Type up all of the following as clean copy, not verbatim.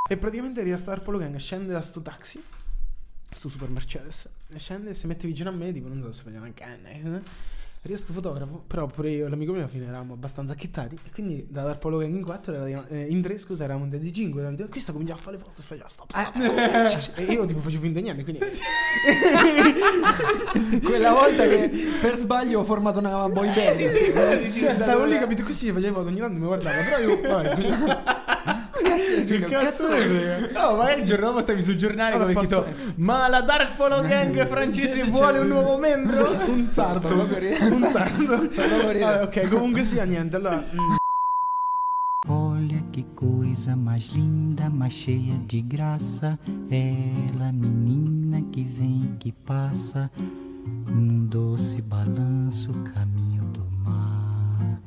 E praticamente arriva sta Polo Gang, scende da sto taxi, sto super Mercedes, e scende e si mette vicino a me, tipo non so se facciamo una canna. Arriva sto fotografo, però pure io e l'amico mio alla fine eravamo abbastanza acchittati, e quindi da Dar Polo Gang in 4 in 3, scusa, eravamo di 5, e questo cominciava a fare le foto e faceva stop. E io tipo facevo finta di niente, quindi quella volta che per sbaglio ho formato una boy band. cioè, stavo lì, capito, così facevo foto, ogni tanto mi guardava, però io che cazzo ne frega? No, magari il giorno dopo stavi sul giornale come scritto: ma la Dark Polo Gang francese vuole un nuovo membro? Un sardo. Un sardo. Ok, comunque sia, niente, allora Olha que coisa mais linda, mais cheia de graça. Ela, menina que vem e que passa, num doce balanço, caminho do mar.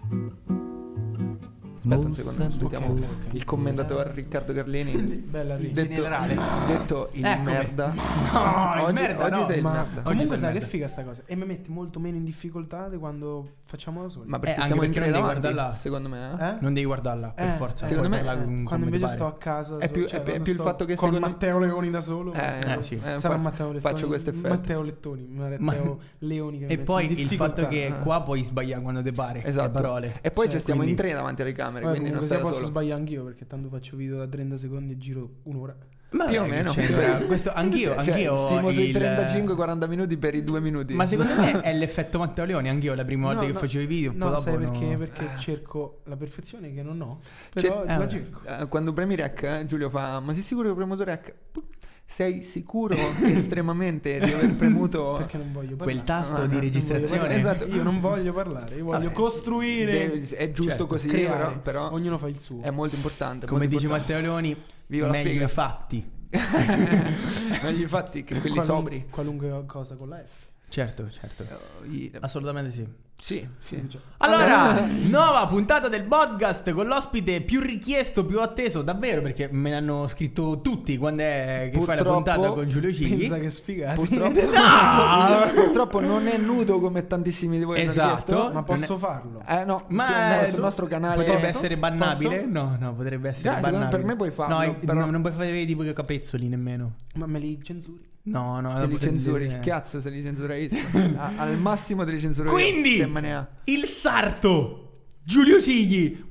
Aspetta un secondo, aspettiamo ok. il commentatore Riccardo Carlini. bella lì. Generale. Detto il Eccomi. merda. No, il Oggi, merda, oggi no. sei il Ma merda. comunque sei sai che merda. figa sta cosa, e mi mette molto meno in difficoltà di quando facciamo da soli. Ma perché anche siamo in perché tre non devi davanti, guardarla. secondo me. Non devi guardarla per forza. secondo puoi me, parlarla con quando come invece ti sto pare. a casa È più- cioè, è quando più il sto fatto che con secondo- Matteo Leoni da solo sì. sarà Matteo Lettoni, faccio questo effetto. Matteo Lettoni, Matteo Leoni che mi E mette poi in il difficoltà. fatto che qua puoi sbagliare quando ti pare. Esatto. Le parole. E poi Cioè, ci stiamo in quindi- tre davanti alle camere, Vabbè, quindi non comunque stai se da posso solo. sbagliare anch'io, perché tanto faccio video da 30 secondi e giro un'ora. Ma Più o che meno. c'entra? Questo anch'io, Cioè, anch'io stimo sui il- 35-40 minuti per i 2 minuti. Ma secondo me è l'effetto Matteo Leoni. Anch'io la prima volta che facevo i video, no, poi sai dopo perché? no. Perché cerco la perfezione che non ho, però Cer- la cerco. Quando premi rec, Giulio fa: ma sei sicuro che ho premuto rec? Sei sicuro estremamente di aver premuto Perché non voglio parlare. Quel tasto Ah, di non Non voglio registrazione. parlare. Esatto. Io non voglio parlare, io voglio costruire. È giusto Certo, così, creare. però Ognuno fa il suo. è molto importante. Come molto dice importante. Matteo Leoni, Viva la meglio figa. i fatti. Meglio i fatti che quelli Qualun- sobri. Qualunque cosa con la F. Certo. Assolutamente sì. Sì, sì. Allora, nuova puntata del podcast con l'ospite più richiesto, più atteso, davvero, perché me l'hanno scritto tutti quando è che fai la Purtroppo, puntata con Giulio Cigli. Pensa che sfigati. Purtroppo non è nudo come tantissimi di voi hanno Esatto. chiesto. Ma posso farlo? No, Ma sul nostro canale potrebbe Posso? essere bannabile? Posso? No, potrebbe essere Dai, secondo me bannabile. per me puoi farlo, No, però- non puoi fare tipo i capezzoli nemmeno. Ma me li censuri? No, Te dopo li censuri, te- cazzo se li censurai al massimo te li censuro io, Quindi se me ne ha. il sarto Giulio Cigli.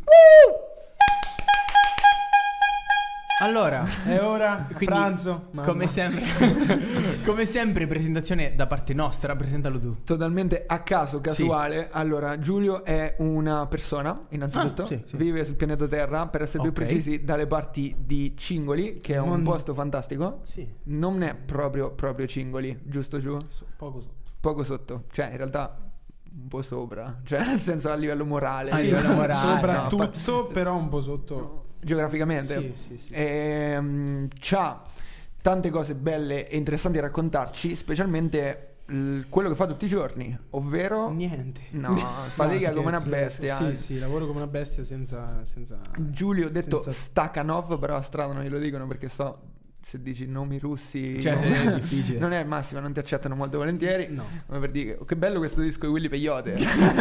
Allora, E ora quindi, pranzo. Mamma. come sempre presentazione da parte nostra, presentalo tu. Totalmente a caso, casuale. Allora, Giulio è una persona, innanzitutto, sì. vive sul pianeta Terra, per essere Ok. più precisi, dalle parti di Cingoli, che è un Mondo. posto fantastico. Sì, Non è proprio Cingoli, giusto Giù? poco sotto. Poco sotto, cioè in realtà un po' sopra, cioè nel senso a livello morale. A Sì, livello morale, soprattutto, però un po' sotto. Geograficamente. Sì. C'ha tante cose belle e interessanti da raccontarci, specialmente quello che fa tutti i giorni, ovvero Niente. no, fatica No, come una scherzo. bestia. Sì, lavoro come una bestia senza Giulio, detto senza- Stakhanov, però a strada non glielo dicono perché so se dici nomi russi Cioè, è difficile. non è il massimo, non ti accettano molto volentieri. No. Come per dire che bello questo disco di Willy Peyote.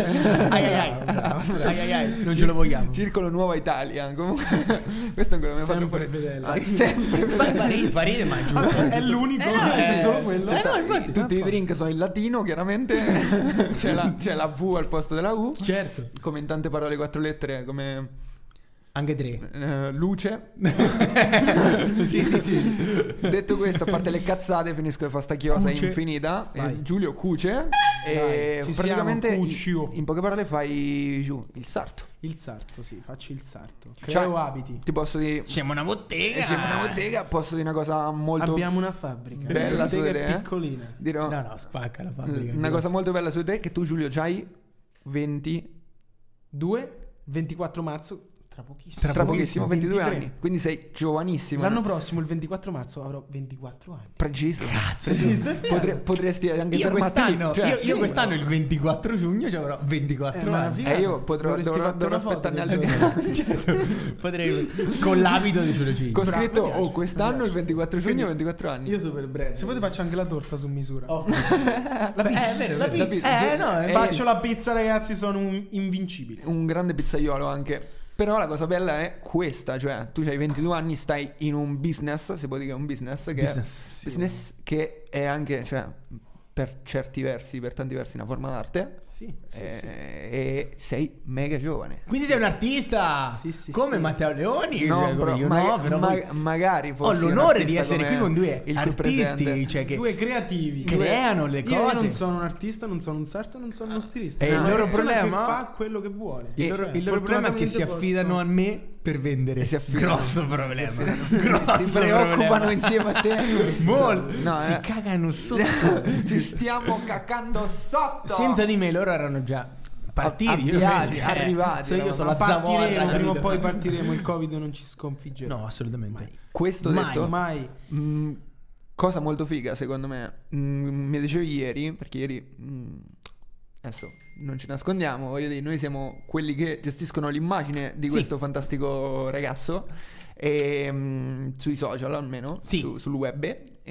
Ai, non ce lo vogliamo. Circolo Nuova Italia. Comunque questo ancora mi ha fatto Sempre fuori. fedele. Fa sempre Fa ride, ma è giusto. È l'unico, c'è solo quello. Infatti, tutti i drink sono in latino, chiaramente. c'è la V al posto della U. Certo. Come in tante parole 4 lettere, come Anche tre. luce. Sì. Detto questo, a parte le cazzate, finisco di fare sta chiosa Cuce. infinita. Vai. Giulio cuce. E Dai, ci praticamente siamo, Cuccio. in poche parole fai giù il sarto. Il sarto, sì, faccio il sarto. Cioè, Creo abiti. Ti posso dire. Siamo una bottega. Siamo una bottega, posso dire una cosa molto Abbiamo una fabbrica. bella su bottega di te. piccolina. Dirò No, spacca la fabbrica. una cosa molto bella su di te, che tu Giulio c'hai 24 marzo, tra pochissimo. tra pochissimo 22 23. anni, quindi sei giovanissimo. L'anno no? prossimo, il 24 marzo, avrò 24 anni. Preciso. Preciso, è fiero. Potresti anche Io fermarti lì, quest'anno, cioè, io sì, quest'anno il 24 giugno ci avrò 24 ma anni. una figata. io Dovresti dovrò fare una foto aspettarne del altri giorno. Certo, potrei con l'abito di Giulio Cigli. Con scritto mi piace, quest'anno mi il 24 giugno 24 anni. Io super brand. Se volete faccio anche la torta su misura. La pizza, vero, la vero. pizza. No, Faccio la pizza, ragazzi, sono un invincibile. Un grande pizzaiolo anche. Però la cosa bella è questa, cioè tu hai 22 anni, stai in un business, si può dire che è un business che è anche, cioè, per certi versi, per tanti versi una forma d'arte. Sì. E sei mega giovane. Quindi sei un artista come Matteo Leoni? No, cioè, però, io no, però magari ho fossi l'onore un di artista essere qui come con due il cui artisti, presente. cioè che Due creativi. creano le Io cose. non sono un artista, non sono un sarto, non sono uno stilista. E È il una loro persona problema- che fa quello che vuole. Il loro, Cioè, il loro problema è che si fortunatamente affidano posso- a me per vendere. Si affidano. Grosso problema. Si Grosso preoccupano problema. insieme a te. Molto. No, Si cagano sotto. Ci stiamo cacando sotto. Senza di me loro erano già partiti, io avviati, invece, arrivati, io sono la Partiremo, zavorra, prima o capito? poi partiremo. Il Covid non ci sconfiggerà. No, assolutamente. Questo Mai, detto, Mai. cosa molto figa secondo me, mi dicevi ieri, perché ieri adesso non ci nascondiamo, voglio dire, noi siamo quelli che gestiscono l'immagine di questo fantastico ragazzo sui social almeno, sul web.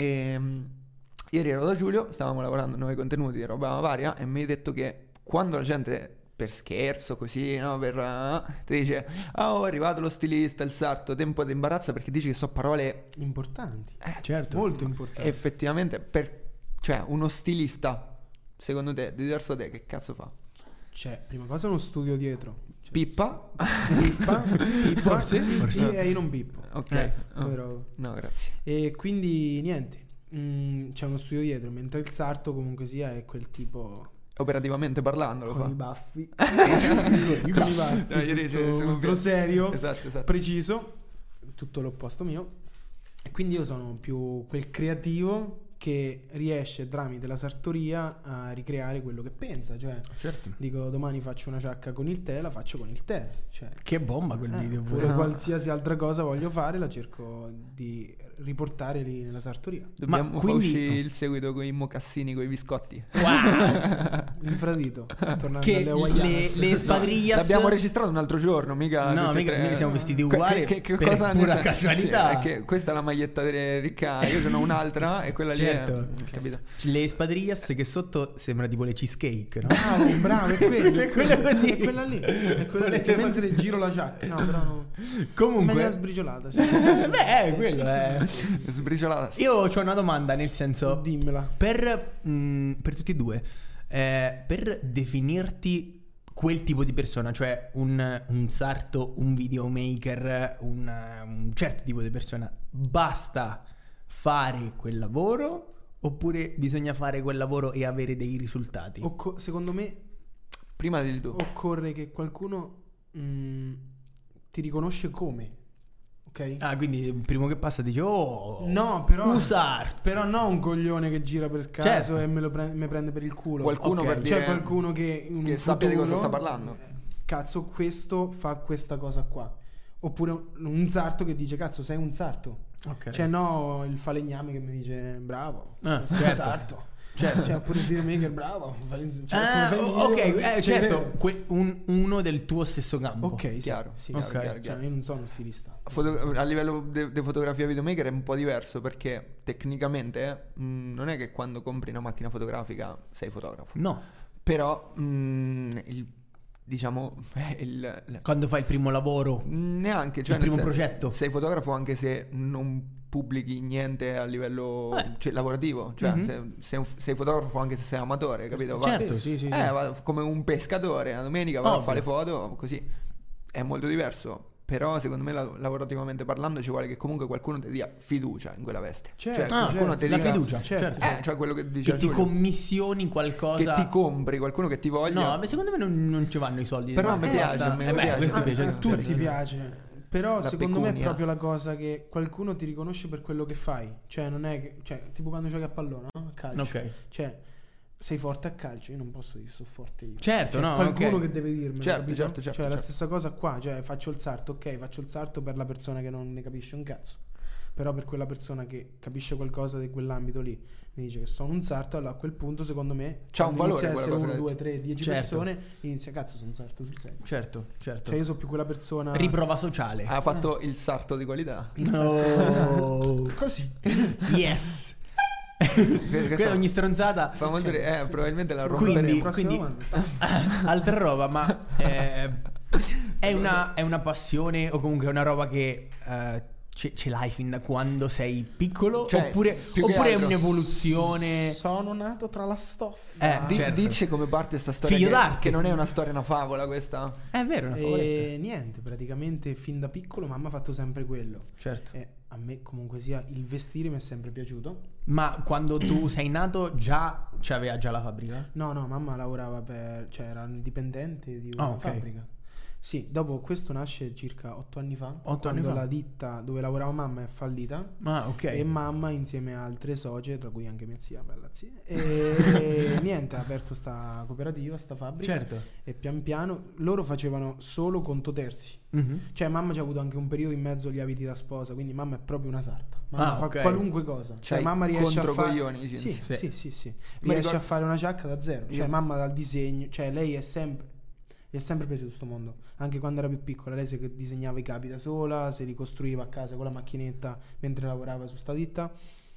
Ieri ero da Giulio, stavamo lavorando a nuovi contenuti di roba varia e mi hai detto che quando la gente per scherzo così, no, ti dice oh, è arrivato lo stilista, il sarto, tempo di imbarazzo, perché dici che sono parole Importanti. Certo. Molto importanti. effettivamente cioè uno stilista secondo te, diverso da te, che cazzo fa? C'è prima cosa uno studio dietro. Cioè, Pippa? pippa, Forse? io non pippo. Ok. Però- No, grazie. E quindi niente. C'è uno studio dietro, mentre il sarto comunque sia è quel tipo Operativamente parlando lo con fa. i baffi. Con i baffi. No, ieri Tutto molto serio, Esatto. preciso, tutto l'opposto mio. E quindi io sono più quel creativo che riesce tramite la sartoria a ricreare quello che pensa. Cioè, Certo. dico domani faccio una giacca con il tè, la faccio con il tè. Cioè, Che bomba quel video pure. oppure qualsiasi altra cosa voglio fare, la cerco di riportare lì nella sartoria. Dobbiamo Ma far quindi- uscire il seguito con i mocassini, con i biscotti. L'infradito, tornando Che alle Hawaiianas. le spadrillas L'abbiamo registrato un altro giorno, mica No, tutti e tre. mica siamo vestiti uguali Che per cosa pura ne sai? casualità. Sì, è che questa è la maglietta di Ricca, io ce n'ho un'altra e quella Certo. lì è, capito? le spadrillas che sotto sembra tipo le cheesecake, no? Bravo, è quello. È quella così. È quella lì. È quella lì. Che mentre giro la giacca. No, però no. Comunque Me l'ha sbriciolata. Sì. beh, quello è. Sbriciolata. Io ho una domanda, nel senso Dimmela. per tutti e due, per definirti quel tipo di persona, cioè un sarto, un videomaker, un certo tipo di persona, basta fare quel lavoro oppure bisogna fare quel lavoro e avere dei risultati? Secondo me Prima di tu. occorre che qualcuno ti riconosce come. Ok? Ah, quindi il primo che passa dice oh, No, però usar. Però no un coglione che gira per caso Certo. e mi prende per il culo. Qualcuno Ok. per dire C'è qualcuno che in un sappia di cosa futuro, sta parlando. Cazzo, questo fa questa cosa qua. Oppure un sarto che dice cazzo, sei un sarto. Ok. Cioè no, il falegname che mi dice bravo, sei un certo. sarto. Certo. Cioè oppure il videomaker bravo. Certo, Ah, fai ok, video, certo, uno del tuo stesso campo. Ok, sì, Chiaro. sì, Ok. sì. Chiaro. Cioè, io non sono stilista. A livello di fotografia videomaker è un po' diverso perché tecnicamente non è che quando compri una macchina fotografica sei fotografo. No, Però quando fai il primo lavoro. neanche, cioè Il nel primo senso, progetto. sei fotografo anche se non pubblichi niente a livello cioè, lavorativo, cioè Mhm. sei fotografo anche se sei amatore, capito? Va- Certo. Sì. va come un pescatore, la domenica va a Ovvio. fare le foto, così è molto diverso. Però secondo me lavorativamente parlando ci vuole che comunque qualcuno ti dia fiducia in quella veste. Certo, cioè, certo. qualcuno ti La dica- fiducia, certo. certo. cioè quello che Che dice ti Giulio, commissioni qualcosa. che ti compri, qualcuno che ti voglia. No, vabbè, secondo me non ci vanno i soldi. Però a me piace, basta. a me Beh, piace. questo piace A tutti certo. piace. Però La secondo me è pecunia. proprio la cosa che qualcuno ti riconosce per quello che fai. Cioè non è che, cioè, tipo quando giochi a pallone, no? A calcio. Ok. Cioè sei forte a calcio, io non posso dire sono forte io. Certo, C'è no, qualcuno ok. che deve dirmelo. Certo, capito? certo, Cioè certo. la stessa cosa qua, cioè faccio il sarto, ok, faccio il sarto per la persona che non ne capisce un cazzo. Però per quella persona che capisce qualcosa di quell'ambito lì, mi dice che sono un sarto, allora a quel punto secondo me C'ha un quando valore inizia a quella essere cosa 1, che 2, 3, 10 Certo. persone, inizia cazzo sono un sarto sul serio. Certo, certo. Cioè io sono più quella persona Riprova sociale. Ha fatto il sarto di qualità. No. così. Yes. Questo Quella ogni stronzata. fa molto probabilmente la Quindi- romperemo. Prossima quindi- domanda. Altra roba, ma È una passione o comunque è una roba che ce l'hai fin da quando sei piccolo? Cioè, oppure più che è altro. un'evoluzione? Sono nato tra la stoffa. Certo. Dici come parte sta storia, Figlio che, d'arte. che non è una storia, una favola questa. È vero, una favoletta. E niente, praticamente fin da piccolo mamma ha fatto sempre quello. Certo. E a me comunque sia il vestire mi è sempre piaciuto. Ma quando tu sei nato già c'aveva già la fabbrica? No, mamma lavorava cioè era dipendente di una ok. fabbrica. Sì, dopo questo nasce circa 8 anni fa. 8 anni quando fa. la ditta dove lavorava mamma è fallita. Ah, ok. E mamma insieme a altre socie, tra cui anche mia zia, bella zia. E niente, ha aperto sta cooperativa, sta fabbrica. Certo. E pian piano loro facevano solo conto terzi. Mhm. Cioè mamma ci ha avuto anche un periodo in mezzo agli abiti da sposa, quindi mamma è proprio una sarta. Mamma fa ok. qualunque cosa. Cioè Cioè, mamma riesce a controcoglioni, fare dici. sì, Sì. sì. Ma Riesce ricordo- a fare una giacca da zero. Cioè Io- mamma dal disegno, cioè lei è sempre piaciuto questo mondo. Anche quando era più piccola, lei si disegnava i capi da sola, se li costruiva a casa con la macchinetta mentre lavorava su sta ditta.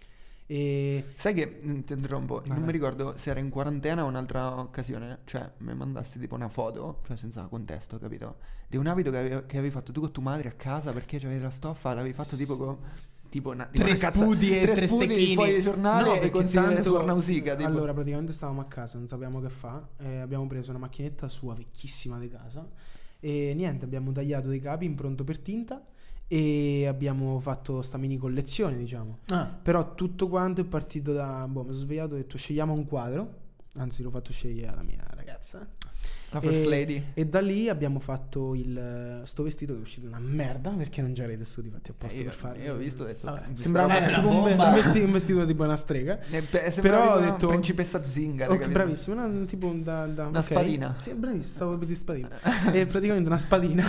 E Sai che ti interrompo, non Vai. mi ricordo se era in quarantena o un'altra occasione, cioè mi mandasti tipo una foto, cioè senza contesto, capito? Di un abito che avevi fatto tu con tua madre a casa perché c'avevi la stoffa, l'avevi fatto tipo con tipo Tre una spudi e tre stecchini. foglie di giornale No, e perché consigli tanto- su Arnausica, tipo. Allora praticamente stavamo a casa, non sapevamo che fa, abbiamo preso una macchinetta sua vecchissima di casa e niente, abbiamo tagliato dei capi in pronto per tinta e abbiamo fatto sta mini collezione, diciamo. Ah, Però tutto quanto è partito da mi sono svegliato e ho detto scegliamo un quadro, anzi l'ho fatto scegliere alla mia ragazza. La first lady. E da lì abbiamo fatto sto vestito che è uscito una merda perché non c'era i tessuti fatti apposta per farlo. Io ho visto, ho detto, Vabbè, questa Sembrava roba- una tipo bomba. un vestito tipo una strega. sembrava Però ho tipo una detto principessa zingara, Ok, capito? bravissimo, tipo una Una spadina. Sì, bravissimo, stavo per dire spadina. È praticamente una spadina.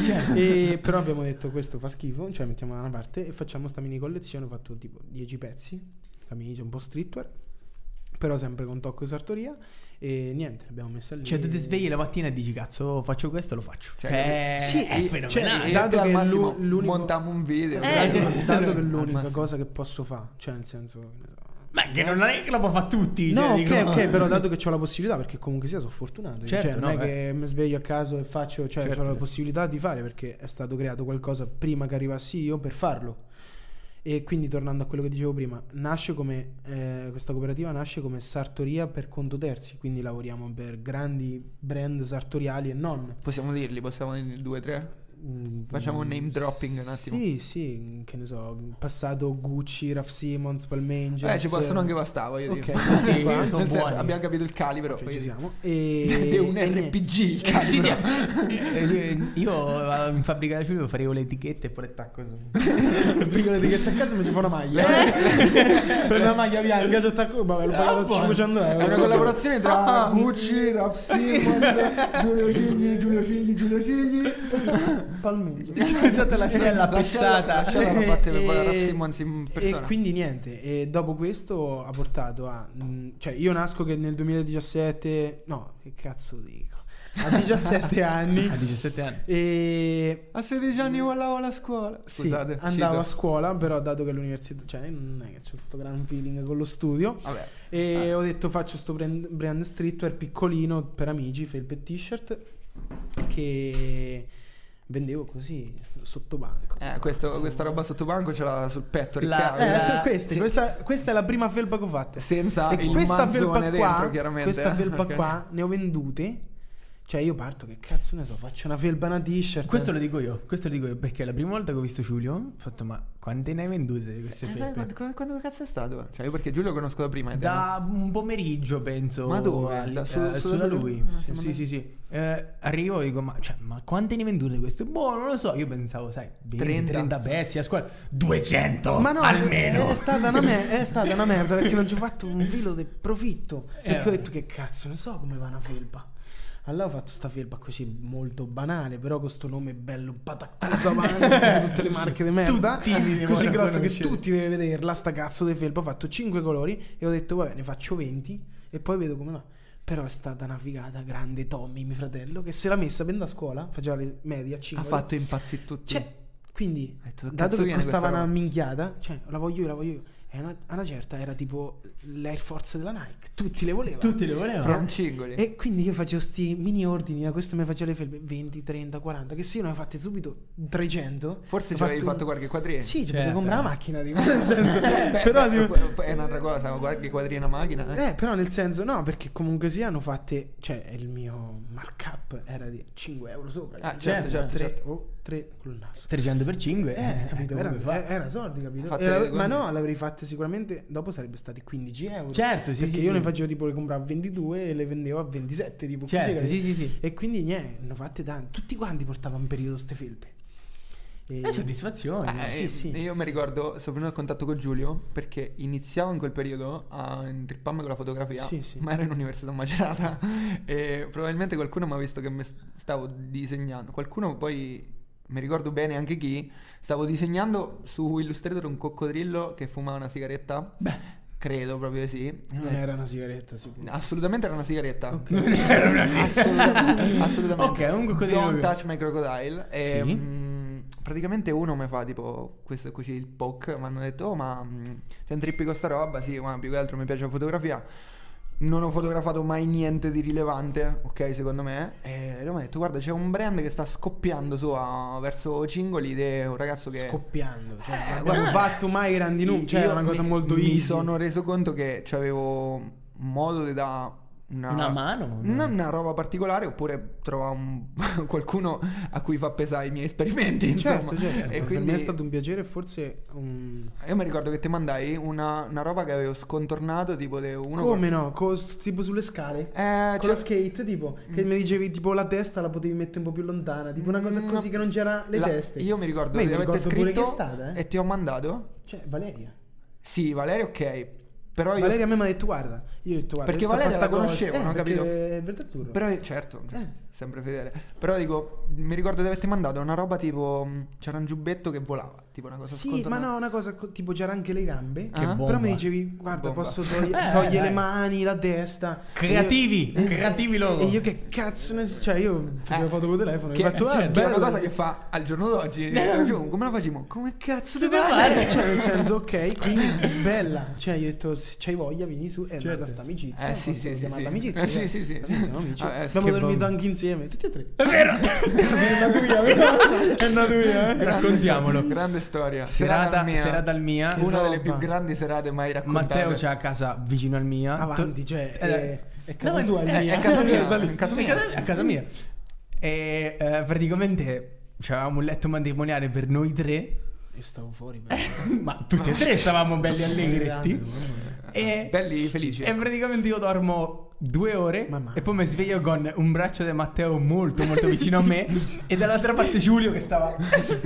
E però abbiamo detto questo fa schifo, cioè mettiamola da una parte e facciamo sta mini collezione, ho fatto tipo 10 pezzi, camicia un po' streetwear, però sempre con tocco di sartoria e niente, l'abbiamo messa lì. cioè tu ti svegli la mattina e dici cazzo faccio questo, lo faccio. Cioè, sì, è fenomenale. Io dato te al che massimo l'unico- montiamo un video. dato che è Al l'unica massimo. cosa che posso fare, cioè nel senso che ne so. Ma che non è che lo può fare tutti. No, cioè, ok, dico- ok, però dato che ho la possibilità, perché comunque sia sono fortunato, Certo, cioè, non no, è che mi sveglio a caso e faccio, cioè Certo. ho la possibilità di fare perché è stato creato qualcosa prima che arrivassi io per farlo. E quindi tornando a quello che dicevo prima, nasce come questa cooperativa nasce come sartoria per conto terzi, quindi lavoriamo per grandi brand sartoriali e non. Possiamo dirli 2 o 3? Facciamo un name dropping un attimo. Sì, che ne so, passato Gucci, Raf Simons, Palm Ci possono anche bastare, voglio Ok, dire. questi qua sono Nel senso, buoni. abbiamo capito il calibro. Ok, voglio ci dire. siamo. Ed è un e niente. RPG il Sì, calibro. sì. Io vado in fabbrica di film, farevo le etichette e poi le tacco su. Prima l'etichetta a casa mi si fa una maglia. Prendo una maglia bianca, ci attacco, vabbè, l'ho pagato 500 euro. È una collaborazione tra Gucci, Raf Simons, Giulio Cigli. Palmeggio. Pensate la scena pezzata. Lasciala fatte per poi Raf Simons in E persona. quindi niente, e dopo questo ha portato a cioè io nasco che nel 2017, no, che cazzo dico? A 17 anni A 17 anni. e A 16 anni andavo alla scuola. sì, Scusate, andavo cito. a scuola, però dato che l'università, cioè non è che c'è questo gran feeling con lo studio. Vabbè. E ho detto faccio sto brand streetwear piccolino per amici, felpe e t-shirt che vendevo così sotto banco. Questa roba sotto banco ce l'ha sul petto La- Riccardo. Questa è la prima felpa che ho fatto. Senza E il questa felpa manzone qua, dentro, chiaramente. questa felpa Ok. qua ne ho vendute. Cioè io parto, che cazzo ne so, faccio una felpa, una t-shirt. Questo lo dico io perché la prima volta che ho visto Giulio ho fatto ma quante ne hai vendute di queste felpe? Quando cazzo è stato? Cioè io perché Giulio lo conosco da prima. Da un pomeriggio penso. Ma dove? Su da lui. Siamo Sì, andati- sì. Arrivo e dico ma quante ne hai vendute queste? Boh, non lo so. Io pensavo, sai, 30 pezzi a scuola. 200 Ma no, almeno. è stata una merda perché non ci ho fatto un filo di profitto. Perché ho detto che cazzo ne so come va una felpa. Allora ho fatto sta felpa così molto banale, però con sto nome bello pataccoso avanti, come tutte le marche di merda, Tutti mi devono così grossa che conoscere. tutti devono vederla, sta cazzo di felpa. Ho fatto 5 colori e ho detto vabbè ne faccio 20 e poi vedo come va. Però è stata una figata grande Tommy, mio fratello, che se l'ha messa per da scuola, faceva le medie a 5. Ha fatto impazzire tutti. Cioè, quindi, Hai detto, dato cazzo che viene costava questa una roba? minchiata, cioè la voglio io. E a una certa era tipo l'Air Force della Nike, tutti le volevano. Tutti le volevano. From cingoli. E quindi io facevo sti mini ordini, questo mi faceva le felpe 20, 30, 40, che se io ne avevo fatte subito 300. Forse ho ci avevi fatto qualche quadrino. Sì, ci Certo. potevo comprare la macchina, tipo, nel senso, Beh, però beh, tipo, è un'altra cosa, qualche quadrino a macchina. però nel senso no, perché comunque sia hanno fatte, cioè il mio markup era di 5 euro sopra. Ah, certo, certo. O 3 col naso. 300 per 5, Capito? Era soldi, capito? Fatte Ma con- no, l'avrei fatte sicuramente. Dopo sarebbe stati 15 euro. Certo, sì, Perché sì, io sì. ne facevo tipo, le compravo a 22 e le vendevo a 27. Tipo, così, Certo, capito? sì. E quindi niente, ne ho fatte tante. Tutti quanti portavano un periodo ste felpe. È soddisfazione. sì. Io mi ricordo, sono venuto in contatto con Giulio perché iniziavo in quel periodo a intripparmi con la fotografia, Sì, sì. ma ero in università a Macerata e probabilmente qualcuno mi ha visto che stavo disegnando. Qualcuno poi, mi ricordo bene anche chi, stavo disegnando su Illustrator un coccodrillo che fumava una sigaretta. Beh, credo proprio di sì. Non era una sigaretta, sicuro. Assolutamente era una sigaretta. Ok. Non era una Assolutamente. Ok, un coccodrillo. Don't touch my crocodile. E, Sì. praticamente uno mi fa tipo questo così il poke. Mi hanno detto: oh, ma ti intrippi con sta roba? Sì, ma più che altro mi piace la fotografia. Non ho fotografato mai niente di rilevante, ok, secondo me. E lui mi ha detto: guarda, c'è un brand che sta scoppiando su verso Cingoli ed è un ragazzo che Scoppiando. Cioè, non guarda, abbiamo fatto mai grandi numeri. Cioè, io è una cosa molto mi easy. sono reso conto che c'avevo modo di dare Una mano? una roba particolare, oppure trova qualcuno a cui fa pesare i miei esperimenti, insomma. Certo. E Per quindi me è stato un piacere, forse un... io mi ricordo che ti mandai una roba che avevo scontornato, tipo di uno Come no? Tipo sulle scale? Con cioè- lo skate, tipo, che mi dicevi tipo la testa la potevi mettere un po' più lontana, tipo una cosa così che non c'era le teste. Io mi ricordo Ma io di mi averti ricordo pure chi è scritto stata, e ti ho mandato. Cioè, Valeria. Sì, Valeria, ok. Però io Valeria a me mi ha detto guarda, io ho detto guarda, Perché io sto a Valeria fare la sta cosa. conoscevo, no? Perché Capito? è verde azzurro. Però certo, sempre fedele. Però dico, mi ricordo di averti mandato una roba tipo c'era un giubbetto che volava, tipo una cosa Sì, scontornata. ma no, una cosa tipo c'era anche le gambe. Che bomba. Però mi dicevi, guarda, Bomba. posso togliere le dai. mani, la testa. Creativi, creativi loro. E io che cazzo ne so, cioè io facevo foto con il telefono e Che, ho fatto che è bello. una cosa che fa al giorno d'oggi. Come la facciamo? Come cazzo Si devo deve fare? fare. Cioè, nel senso, ok, quindi bella. Cioè, io ho detto, se c'hai voglia, vieni su. È nata sta amicizia. Sì, posso sì, sì, chiamarla sì. amicizia. Sì, sì, sì. Siamo amici. Vabbè, Abbiamo che dormito bomba. anche insieme, tutti e tre. È vero. È andato via, è andato via. Raccontiamolo. Grande storia. Serata al mia. Una delle roba. più grandi serate mai raccontate. Matteo c'ha a casa vicino al mia. Avanti, cioè, è casa No, sua, è mia. È casa mia. Sta lì. È casa mia. A casa mia. E praticamente avevamo un letto matrimoniale per noi tre. Io stavo fuori. però. Ma tutti e tre stavamo belli allegretti. E, Belli felici. e praticamente io dormo 2 ore Mamma. e poi mi sveglio con un braccio di Matteo molto molto vicino a me e dall'altra parte Giulio che stava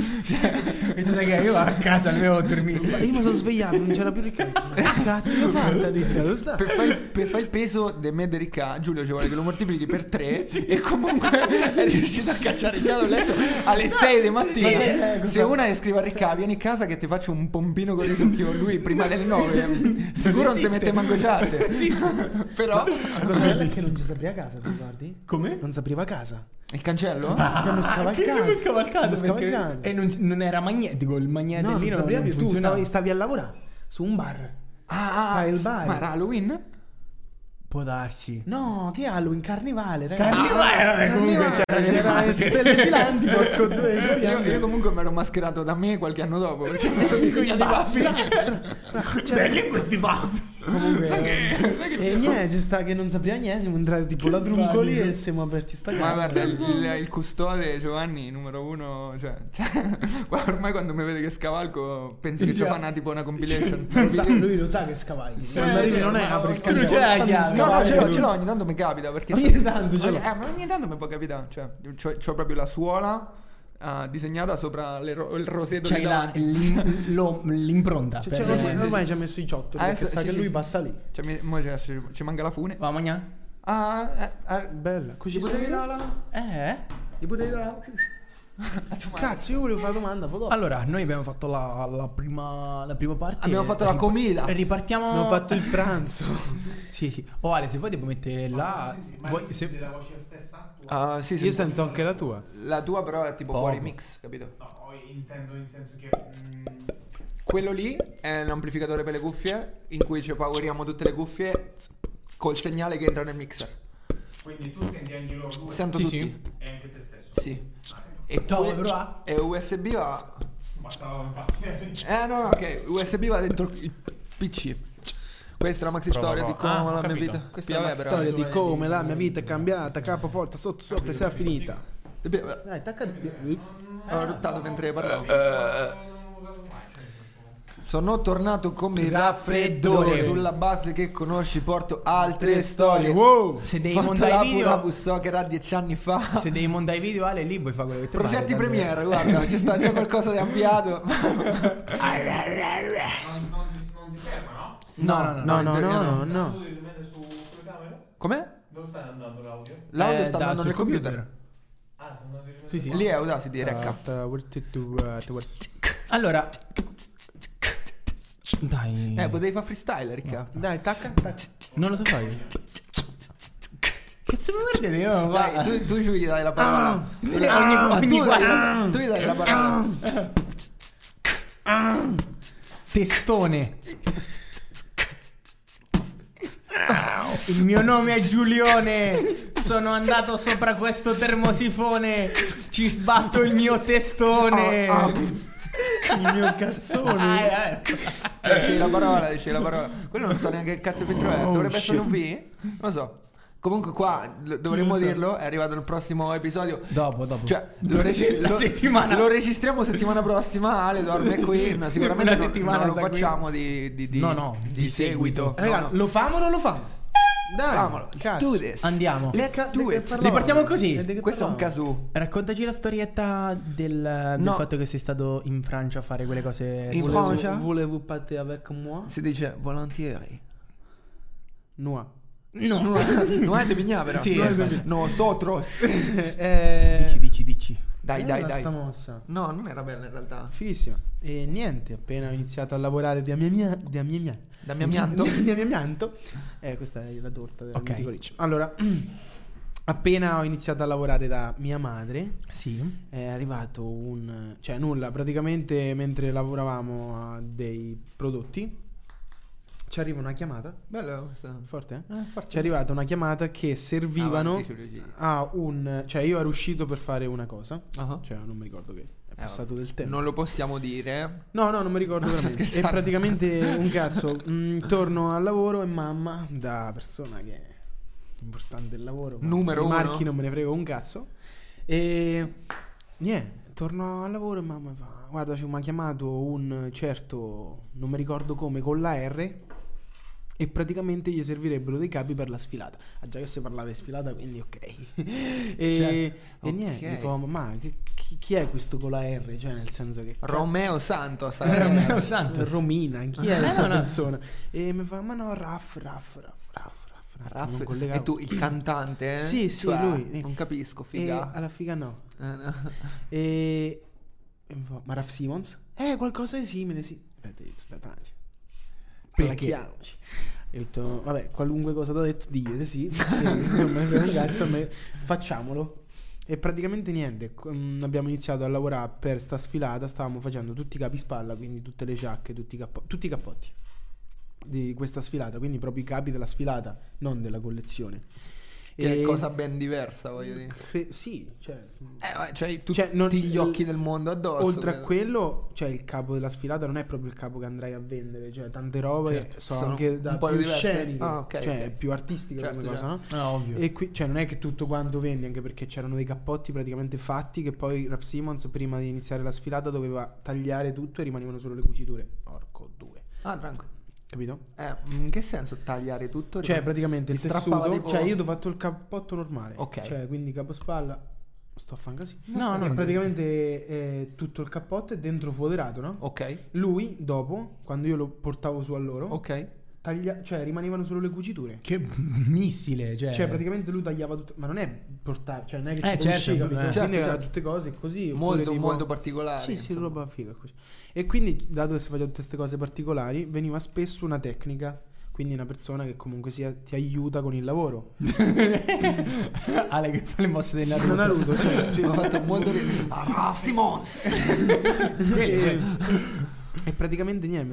e tu sai che io a casa avevo dormito. Ma io mi sono svegliato, non c'era più Riccardo. Che cazzo io ho fatto? Riccardo, sta? Per fare il peso di me e di Ricca, Giulio ci vuole che lo moltiplichi per 3 e comunque è riuscito a cacciare Riccardo a letto alle 6 di mattina. Se una gli scrive a Ricca, vieni a casa che ti faccio un pompino con l'esempio, lui prima delle 9 sicuro non si mette manco chat. Sì. Però La cosa bella è che non ci si apriva casa, ti ricordi? Come? Non si apriva casa. il cancello? Abbiamo scavalcato. Che siamo scavalcato Abbiamo perché- scavalcato. e non era magnetico il magnete No, lì non si apriva più. Tu funzionava. stavi a lavorare su un bar. Fai il bar. Ma era Halloween? Può darsi. No, che Halloween, carnevale, ragazzi. Carnevale, vabbè, comunque c'era le stelle filanti con due Io comunque mi ero mascherato da me qualche anno dopo perché mi ero disegnato i baffi. Belli questi baffi. Comunque, Sai che e niente, ci sta che non sapeva niente, siamo entrati tipo la Druncoli e siamo aperti sta Ma casa. guarda, il custode Giovanni, numero 1, cioè ormai quando mi vede che scavalco penso che ci fanno tipo una compilation. Lui lo sa che scavagli. Quando arrivi non è apri il tu non canale. ce l'hai la chiave. No, ce l'ho, ogni tanto mi capita perché Ogni tanto ce l'ho. ma ogni tanto mi può capitare, cioè c'ho proprio la suola disegnata sopra il roseto C'hai di davanti. l'impronta. Cioè, per- ormai ci ha messo i ciottoli perché Adesso- sa sì, che sì. lui passa lì. Cioè, mo ci manca la fune. Va a mangiare? Bella. Così Ci potevi dare Eh? Gli potevi dare Cazzo, io volevo fare una domanda foto. Allora, noi abbiamo fatto la prima parte. Abbiamo fatto la comida. Ripartiamo. Abbiamo fatto il pranzo. Sì, sì. Oh, Ale, se vuoi devo mettere là. Vuoi- se- la voce stessa? Sì, sì, Io sento anche la tua. la tua però è tipo Poco. fuori mix, capito? No, intendo in senso che Quello lì è l'amplificatore per le cuffie, in cui ci poweriamo tutte le cuffie col segnale che entra nel mixer. Quindi tu senti anche loro due. Sento Sì, tutti. sì. E anche te stesso. Sì. E e USB va. Bastava infatti. No, ok. USB va dentro il PC. Questa è la maxi storia di come la mia capito. vita. Questa è la storia di come la mia vita è cambiata, capovolta, sotto, sopra e si è finita. Dai, tacca. Ho ruttato mentre parlavo. Sono tornato come il raffreddore. Sulla base che conosci porto altre storie. Wow. Se devi Fatto montare la i video, Burabu, so che era 10 anni fa. se devi montare i video, Ale, lì puoi fare quello che ti Progetti pare, Premiere, guarda, c'è sta già qualcosa di avviato. Non ti ferma, no? No. Tu devi mettere sulle camere? Com'è? Dove stai andando l'audio? L'audio sta da- andando sul nel computer. Ah, stai andando di Sì, sì. Lì è Audacity, recca. Allora, dai. Potevi fare freestyle, Ricca. Dai, tacca. Non lo so fare. Che se mi guardate io, Dai, tu gli dai la parola. ogni Tu gli dai la parola. testone. Il mio nome è Giulione. Sono andato sopra questo termosifone. Ci sbatto il mio testone. Il mio cazzone. Dicevi la parola. Quello non so neanche che cazzo filtro è. Dovrebbe essere un V? Non lo so. Comunque qua dovremmo dirlo. È arrivato il prossimo episodio. Dopo. Cioè, La settimana. Lo registriamo settimana prossima. Ale dorme qui. No, sicuramente Una settimana non lo sta qui. facciamo di di seguito. Raga, No. lo famo o non lo famo? Dai, Famolo. Let's cazzo. do this. Andiamo. Let's do it. Ripartiamo così. Questo è un casù. Raccontaci la storietta del No. fatto che sei stato in Francia a fare quelle cose. In Francia? Voulez-vous partir avec moi? Si dice volentieri. Noi. No. Non è de Pignà però. Sì, Nosotros. Dici. Dai. Sta mossa. No, non era bella in realtà. Fighissima. E niente, appena ho iniziato a lavorare da mia Da mia amianto. Questa è la torta del Ok. Mitico Riccio. Allora, appena ho iniziato a lavorare da mia madre, Sì. è arrivato cioè nulla, praticamente mentre lavoravamo a dei prodotti ci arriva una chiamata. Bello questo. Forte? Forte. Ci è arrivata una chiamata che servivano Avanti, Giulio. a cioè io ero uscito per fare una cosa, Ah. cioè non mi ricordo che è passato del tempo. Non lo possiamo dire. No, non mi ricordo No, sto veramente. E scherzando. praticamente un cazzo. Torno al lavoro e mamma, da persona che è importante il lavoro, ma Numero i uno. marchi non me ne frego un cazzo. E niente, torno al lavoro e mamma fa: guarda, ci mi ha chiamato un certo, non mi ricordo come, con la R. E praticamente gli servirebbero dei capi per la sfilata. Ah, già che si parlava di sfilata, quindi ok. E Ok. niente, dico, ma chi è questo con la R? Cioè, nel senso che Romeo Santos. Romeo Santos. Romina, chi è No, questa no. persona? E mi fa: ma no, Raff. Raff. Non collegavo. E tu il cantante? Sì, Cioè, lui. Non capisco, E figa. alla figa no. No. E mi fa: ma Raff Simons? Qualcosa di simile, sì. Aspetta un attimo. Perché? Plachiamoci. E ho detto: vabbè, qualunque cosa ti ho detto, dite sì. E non me ne frega un cazzo, facciamolo. E praticamente niente, abbiamo iniziato a lavorare per sta sfilata. Stavamo facendo tutti i capispalla, quindi tutte le giacche, tutti i cappotti di questa sfilata, quindi proprio i capi della sfilata, non della collezione. Che è cosa ben diversa, voglio dire. Sì, cioè C'hai tutti Cioè, non- gli occhi del mondo addosso. oltre a quello, cioè il capo della sfilata non è proprio il capo che andrai a vendere, cioè tante robe Certo, sono sono anche da un po' più diverse. sceniche, Ah, ok, cioè ok. più artistica Certo, come cosa, certo. no? No, ovvio. E qui, cioè non è che tutto quanto vendi, anche perché c'erano dei cappotti praticamente fatti che poi Raf Simons prima di iniziare la sfilata doveva tagliare tutto e rimanevano solo le cuciture. Porco due. Ah, tranquillo. Capito? In che senso tagliare tutto? Cioè praticamente il Li strappava tessuto, tipo- cioè io ho fatto il cappotto normale, Ok. cioè quindi capospalla, sto a fan così. No, no, E no. praticamente tutto il cappotto è dentro foderato, no? Ok. Lui dopo, quando io lo portavo su a loro, Ok. cioè rimanevano solo le cuciture. Che missile, Cioè praticamente lui tagliava tutto, ma non è portare, cioè non è che tipo certo, uscì, capito? certo, Quindi era certo. tutte cose così, oppure Molto, tipo- molto particolare. Sì, sì, insomma. roba figa così. E quindi, dato che si faceva tutte queste cose particolari, veniva spesso una tecnica, quindi una persona che comunque ti aiuta con il lavoro. Ale che fa le mosse del Naruto. Non Naruto, cioè, Ho fatto molto ridere. Ah, Simons! E praticamente niente,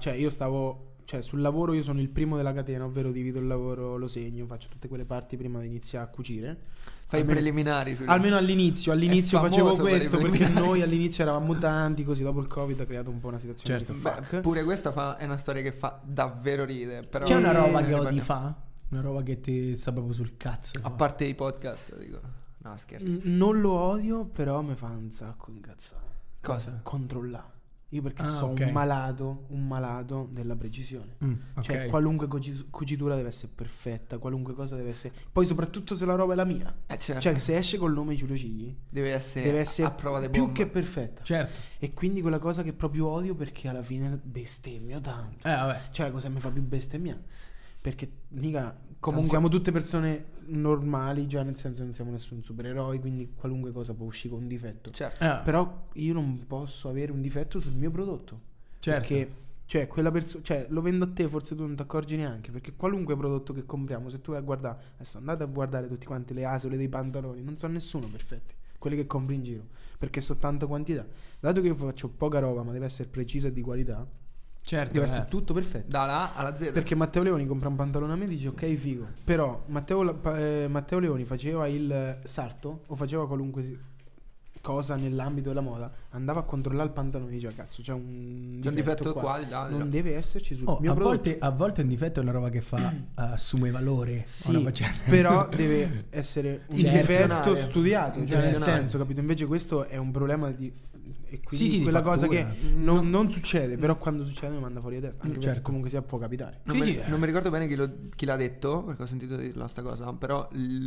sul lavoro io sono il primo della catena, ovvero divido il lavoro, lo segno, faccio tutte quelle parti prima di iniziare a cucire. Fai i preliminari. Almeno all'inizio facevo famoso per i questo perché preliminari. noi all'inizio eravamo tanti, così dopo il Covid ha creato un po' una situazione Certo. di fuck. Pure questa è una storia che fa davvero ridere. Però C'è una roba ne che odi parliamo. fa? Una roba che ti sta proprio sul cazzo. A parte i podcast, dico. No, scherzo. Non lo odio, però mi fa un sacco incazzare. Cosa? Controllare. Io perché Ah, sono ok. un malato della precisione. Ok. Cioè, qualunque cucitura deve essere perfetta, qualunque cosa deve essere. Poi, soprattutto se la roba è la mia. Certo. Cioè, se esce col nome Giulio Cigli, deve essere a prova di più bomba. che perfetta. Certo. E quindi quella cosa che proprio odio perché alla fine bestemmio tanto. Vabbè. Cioè, cosa mi fa più bestemmiare? Perché, mica, Comunque- siamo tutte persone normali, già nel senso non siamo nessun supereroi, quindi qualunque cosa può uscire con un difetto. Certo. Però io non posso avere un difetto sul mio prodotto. Certo. Perché, cioè, quella persona, cioè, lo vendo a te, forse tu non ti accorgi neanche. Perché qualunque prodotto che compriamo, se tu vai a guardare, adesso andate a guardare tutti quanti le asole dei pantaloni, non sono nessuno perfetti. Quelli che compri in giro, perché sono tanta quantità. Dato che io faccio poca roba, ma deve essere precisa e di qualità, Certo. deve essere tutto perfetto. Dalla A alla Z. Perché Matteo Leoni compra un pantalone a me e dice ok figo. Però Matteo Leoni faceva il sarto o faceva qualunque cosa nell'ambito della moda, andava a controllare il pantalone e diceva cazzo c'è un difetto qua, qua, là. non deve esserci sul mio a prodotto. volte un difetto è una roba che fa assume valore. Sì, Una faccenda. però deve essere un Certo. difetto studiato, cioè nel Intenzionale. senso, capito? Invece questo è un problema di e quindi Sì, di quella cosa che fattura. non succede, però quando succede mi manda fuori di testa, anche perché Certo. comunque sia può capitare. Non mi ricordo bene chi l'ha detto, perché ho sentito dirla sta cosa, però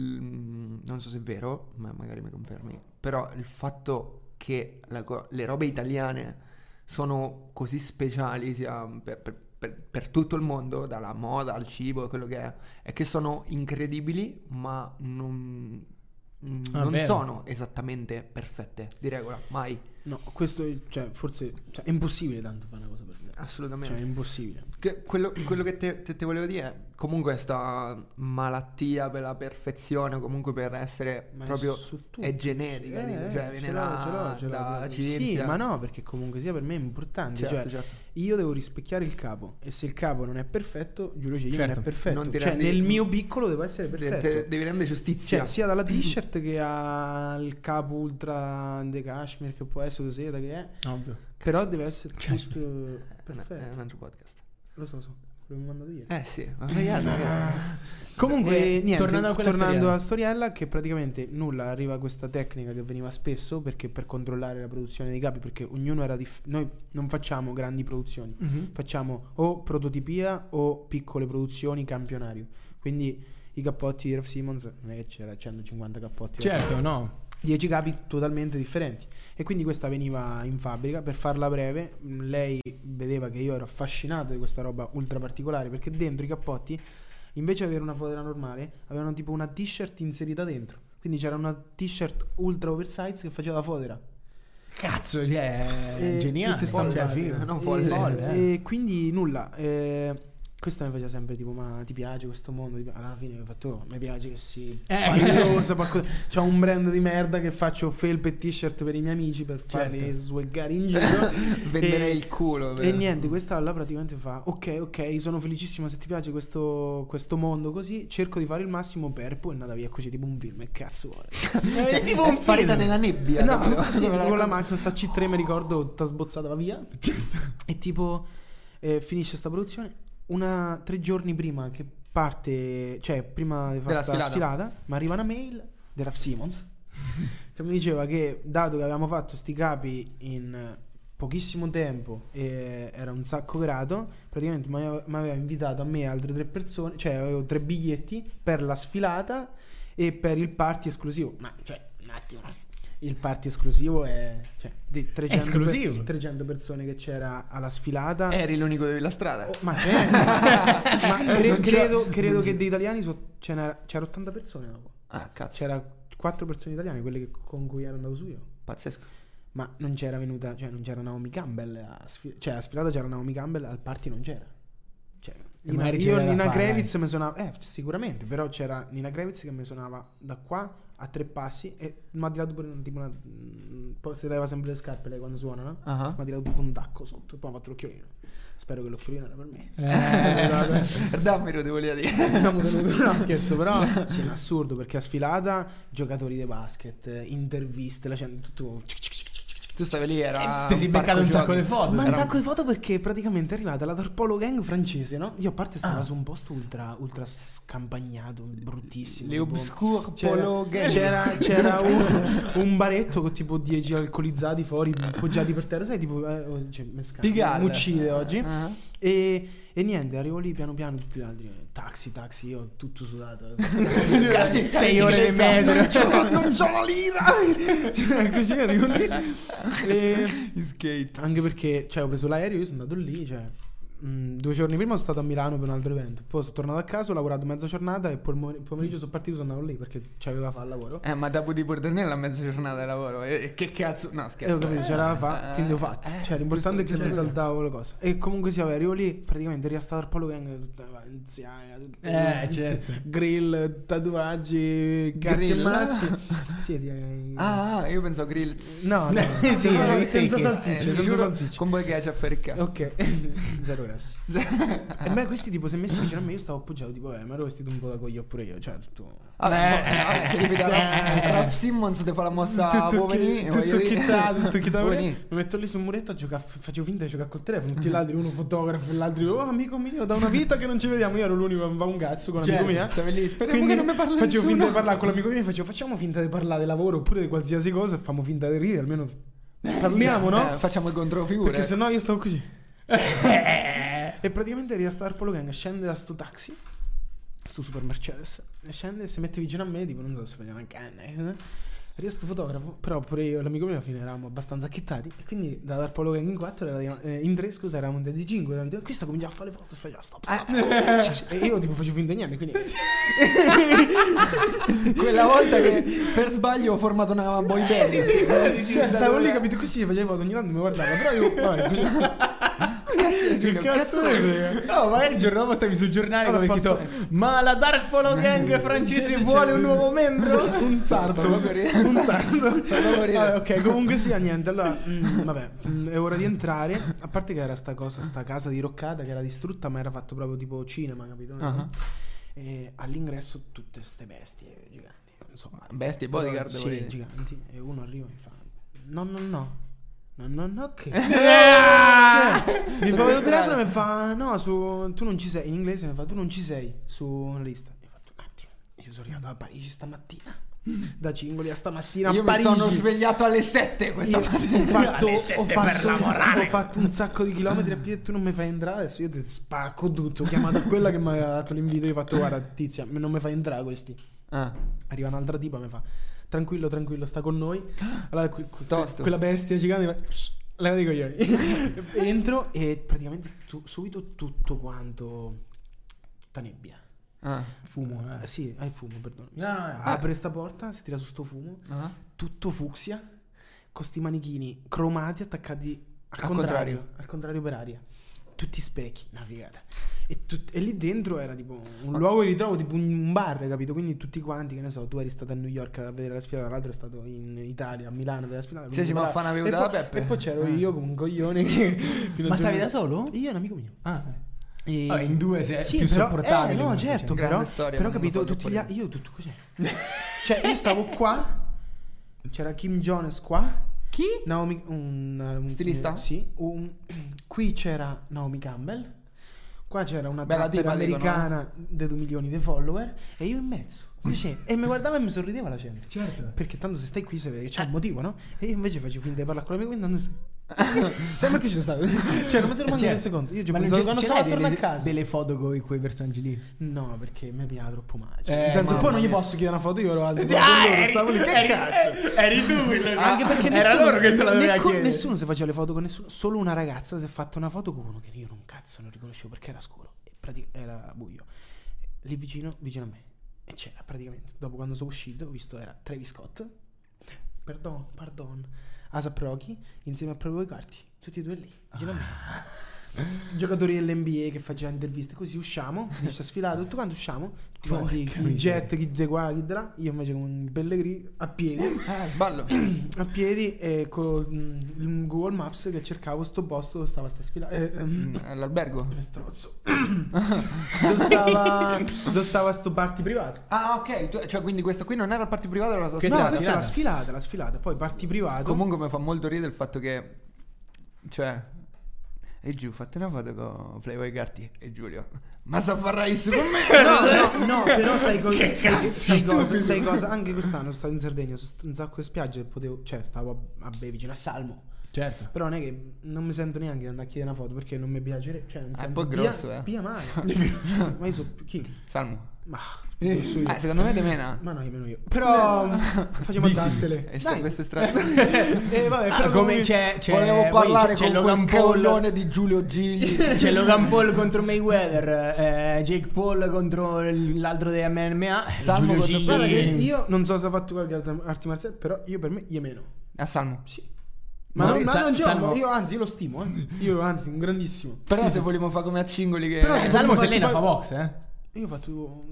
non so se è vero, ma magari mi confermi, però il fatto che le robe italiane sono così speciali sia per tutto il mondo, dalla moda al cibo, quello che è che sono incredibili, ma non vero. sono esattamente perfette, di regola, mai. No, questo cioè, forse è impossibile tanto fare una cosa perfetta. Assolutamente. Cioè, è impossibile. Quello che te volevo dire è comunque sta malattia per la perfezione, comunque per essere Ma proprio su tutto. è genetica, dico, cioè viene ce l'ho. da Sì, cinzia. ma no, perché comunque sia per me è importante. Certo, cioè, certo. io devo rispecchiare il capo. E se il capo non è perfetto, Giulio Cigli non Certo. è perfetto. Non ti Cioè, rendi- nel mio piccolo devo essere perfetto. Devi rendere giustizia. Cioè, sia dalla t-shirt che al capo ultra de cashmere, che può essere seta, che è. Ovvio. Però deve essere Cashmere. tutto È perfetto. un altro podcast. Lo so, quello che mi mandato ieri. Sì, ma ragazzi. Comunque, E niente, tornando a quella alla storiella, che praticamente nulla, arriva questa tecnica che veniva spesso perché per controllare la produzione dei capi, perché ognuno era noi non facciamo grandi produzioni, Mhm. facciamo o prototipia o piccole produzioni campionario. Quindi i cappotti di Raf Simons non è che c'era 150 cappotti, Certo, no. 10 capi totalmente differenti. E quindi questa veniva in fabbrica. Per farla breve, lei vedeva che io ero affascinato di questa roba ultra particolare, perché dentro i cappotti, invece di avere una fodera normale, avevano tipo una t-shirt inserita dentro. Quindi c'era una t-shirt ultra oversize che faceva da fodera. Cazzo, cioè, E geniale. tutte Cioè, stampate. figo. Non E- folle. E quindi nulla. Questo mi faceva sempre tipo, ma ti piace questo mondo? Alla fine ho fatto, mi piace che si pallosa, c'ho un brand di merda che faccio felpe e t-shirt per i miei amici per farli Certo. swaggare in giro. Venderei E- il culo. E niente, questa là praticamente fa ok, sono felicissima se ti piace questo mondo così, cerco di fare il massimo per poi è andata via così tipo un film, e cazzo vuole. È tipo È un sparita film. nella nebbia. No, capito? sì, con la macchina, sta C3 mi ricordo, t'ha sbozzata va via. E tipo finisce sta produzione 3 giorni prima che parte, cioè prima di fare Della sta sfilata. sfilata, mi arriva una mail di Raf Simons che mi diceva che dato che avevamo fatto sti capi in pochissimo tempo e era un sacco grato, praticamente mi aveva invitato a me e altre 3 persone, cioè avevo 3 biglietti per la sfilata e per il party esclusivo. Ma cioè un attimo, il party esclusivo è cioè dei 300 esclusivo? 300 persone che c'era alla sfilata. Eri l'unico della strada. Oh, ma Non c'è- credo che degli italiani c'era 80 persone dopo. Ah, cazzo. C'era 4 persone italiane, quelle con cui ero andato su io. Pazzesco. Ma non c'era venuta, cioè non c'era Naomi Campbell cioè a sfilata c'era Naomi Campbell, al party non c'era. Cioè, magari io c'era da Nina fare. Kravitz mi suonava sicuramente, però c'era Nina Kravitz che mi suonava da qua a 3 passi e mi ha tirato pure tipo poi si leva sempre le scarpe lei quando suona, no? Mi ha tirato tipo un tacco sotto e poi mi ha fatto l'occhiolino. Spero che l'occhiolino era per me. Dammelo, devo dire. No, scherzo, però sì, è un assurdo perché a sfilata giocatori di basket, interviste, la gente tutto. Tu stavi lì, era ti sei beccato un sacco di foto. Ma un sacco di foto perché praticamente è arrivata la Tarpolo Gang francese, no? Io a parte stavo su un posto ultra scampagnato, bruttissimo. Le tipo, obscure Polo Gang. c'era un baretto con tipo 10 alcolizzati fuori, poggiati per terra, sai, tipo mi uccide oggi. E niente, arrivo lì piano piano, tutti gli altri taxi, io tutto sudato. 6 ore di metro. Non c'ho la lira. Così arrivo lì. Skate. Anche perché ho preso l'aereo, io sono andato lì, 2 giorni prima sono stato a Milano per un altro evento. Poi sono tornato a casa, ho lavorato mezza giornata e poi il pomeriggio sono partito, sono andato lì perché c'aveva fa il lavoro. Ma dopo di Pordenella a mezza giornata di lavoro. Che cazzo? No, scherzo. Ho capito, c'era da fare, quindi ho fatto. L'importante è che si saltavo le cose. E comunque arrivo lì, praticamente ero stato al Polo Gang, tutta anziana, certo. Grill, tatuaggi, cazzi e mazzi. Io penso grill. No, senza salsicce. Con poi ketchup per il cazzo. Ok. Zero grassi. E beh, questi tipo se messi vicino a me io stavo appoggiato tipo mi ero vestito un po' da coglio pure io, tutto. Ralph Simmons ti fa la mossa tutto chittato. Mi Mi metto lì sul muretto a giocare, facevo finta di giocare col telefono, tutti gli altri, uno fotografo e l'altro amico mio, da una vita che non ci vediamo, io ero l'unico che va un cazzo con l'amico mio. Stavi lì, speriamo che non mi parli. Facevo finta di parlare con l'amico mio e facciamo finta di parlare di lavoro oppure di qualsiasi cosa e facciamo finta di ridere, almeno parliamo, no? Facciamo il controfigure. Perché sennò io stavo così. E praticamente arriva sta Polo Gang, scende da sto taxi, sto super Mercedes, e scende e si mette vicino a me, tipo non so se faceva una canna. Arriva sto fotografo, però pure io e l'amico mio alla fine eravamo abbastanza acchittati e quindi da dar Polo Gang in 4 in 3 scusa eravamo in 5, capito? E questo cominciava a fare le foto e faceva stop. E io tipo facevo finta di niente, quindi quella volta che per sbaglio ho formato una boy band. Stavo lì, capito? Così faceva foto, ogni tanto mi guardava, però io vabbè, così. Che cazzo è? No, magari il giorno dopo stavi sul giornale come scritto ma la Dark Polo Gang francese vuole un nuovo membro? Un sardo. Ok, comunque sia, niente. Allora, è ora di entrare. A parte che era sta casa diroccata che era distrutta, ma era fatto proprio tipo cinema, capito? E all'ingresso tutte ste bestie giganti, non so. Bestie bodyguard, sì, giganti. E uno arriva e mi fa no, che mi fa il telefono e mi fa tu non ci sei, in inglese mi fa tu non ci sei su una lista. Mi ha fatto un attimo, io sono arrivato a Parigi stamattina, da Cingoli a stamattina io a Parigi. Mi sono svegliato alle 7 questa mattina. Ho fatto un sacco di chilometri a piedi e tu non mi fai entrare. Adesso io ti spacco tutto. Ho chiamato quella che mi aveva dato l'invito. Io ho fatto guarda tizia, non mi fai entrare questi. Arriva un'altra tipa mi fa tranquillo, sta con noi. Allora quella bestia gigante la dico io. Entro e praticamente subito tutto quanto, tutta nebbia. Fumo, sì, hai fumo, perdono. Apre sta porta, si tira su sto fumo, tutto fucsia, con sti manichini cromati attaccati al contrario per aria. Tutti specchi, una figata. E lì dentro era tipo un luogo di ritrovo, tipo un bar, capito? Quindi tutti quanti, che ne so, tu eri stato a New York a vedere la sfilata, l'altro è stato in Italia, a Milano a vedere la sfilata. Cioè, ma fa una bevuta da Peppe. E poi c'ero io come un coglione che ma stavi da solo? Io e un amico mio. In due sei sì, più però, sopportabile. No, certo, però capito, io tutto così. Cioè, io stavo qua, c'era Kim Jones qua. Chi? Naomi, un stilista? Sì. Qui c'era Naomi Campbell. Qua c'era una tipa americana di 2 milioni di follower. E io in mezzo. E mi guardava e mi sorrideva la gente. Certo. Perché tanto se stai qui se vede che c'è un motivo, no? E io invece facevo finta di parlare con l'amico andando. Sembra che ci sono stato. Cioè non mi sono mandato un secondo. Io pensavo quando stavo a tornare a casa. Delle foto con quei personaggi lì? No, perché mi piace troppo magico. Nel senso, poi non gli posso chiedere una foto. Io ero al stavo lì. Che cazzo? Eri tu. Anche perché era loro che te la doveva chiedere. Nessuno si faceva le foto con nessuno. Solo una ragazza si è fatta una foto con uno che io non cazzo non riconoscevo perché era scuro. Era buio. Lì vicino a me. E c'era praticamente, dopo quando sono uscito, ho visto era Travis Scott, pardon, A$AP Rocky insieme a Playboy Carti, tutti e due lì vicino a me. giocatori dell'NBA che faceva interviste, così usciamo, finisce a sfilare, tutto quanto usciamo, tutti quanti, chi jet, chi di qua, chi di là, io invece con un Pellegrini a piedi, Sballo. a piedi e con il Google Maps che cercavo sto posto dove stava sta sfilata. All'albergo. Che strozzo. Dove stava sto party privato. Ah, ok. Cioè, quindi questo qui non era il party privato, era la tua Questa No, è la questa è la sfilata. Poi party privato. Comunque mi fa molto ridere il fatto che, cioè, e giù, fate una foto con Playboy Carti e Giulio. Ma sa far race con me? No, però sai cosa? Anche quest'anno stavo in Sardegna, su un sacco di spiagge, stavo a bere vicino a Salmo. Certo. Però non è che non mi sento neanche di andare a chiedere una foto perché non mi piacerebbe. Cioè, nel senso, un po' grosso, Pia male. Ma io so chi? Salmo. Ma Secondo me te mena. Ma no, nemmeno io. Però facciamo andarsele. Questo è strano. Vabbè, però Come c'è Volevo parlare c'è con Logan quel Paul coglione di Giulio Gigli. c'è Logan Paul contro Mayweather, Jake Paul contro l'altro dei MMA, Salmo Giulio contro Gigli. guarda che io non so se ha fatto qualche altra arti marziale, però io per me gli meno. A Salmo. Sì. Ma non Salmo- gioco, io lo stimo, Io anzi, un grandissimo. Però se vogliamo fare come a Cingoli che... Però Salmo fatti se allena poi- fa box, Io ho fatto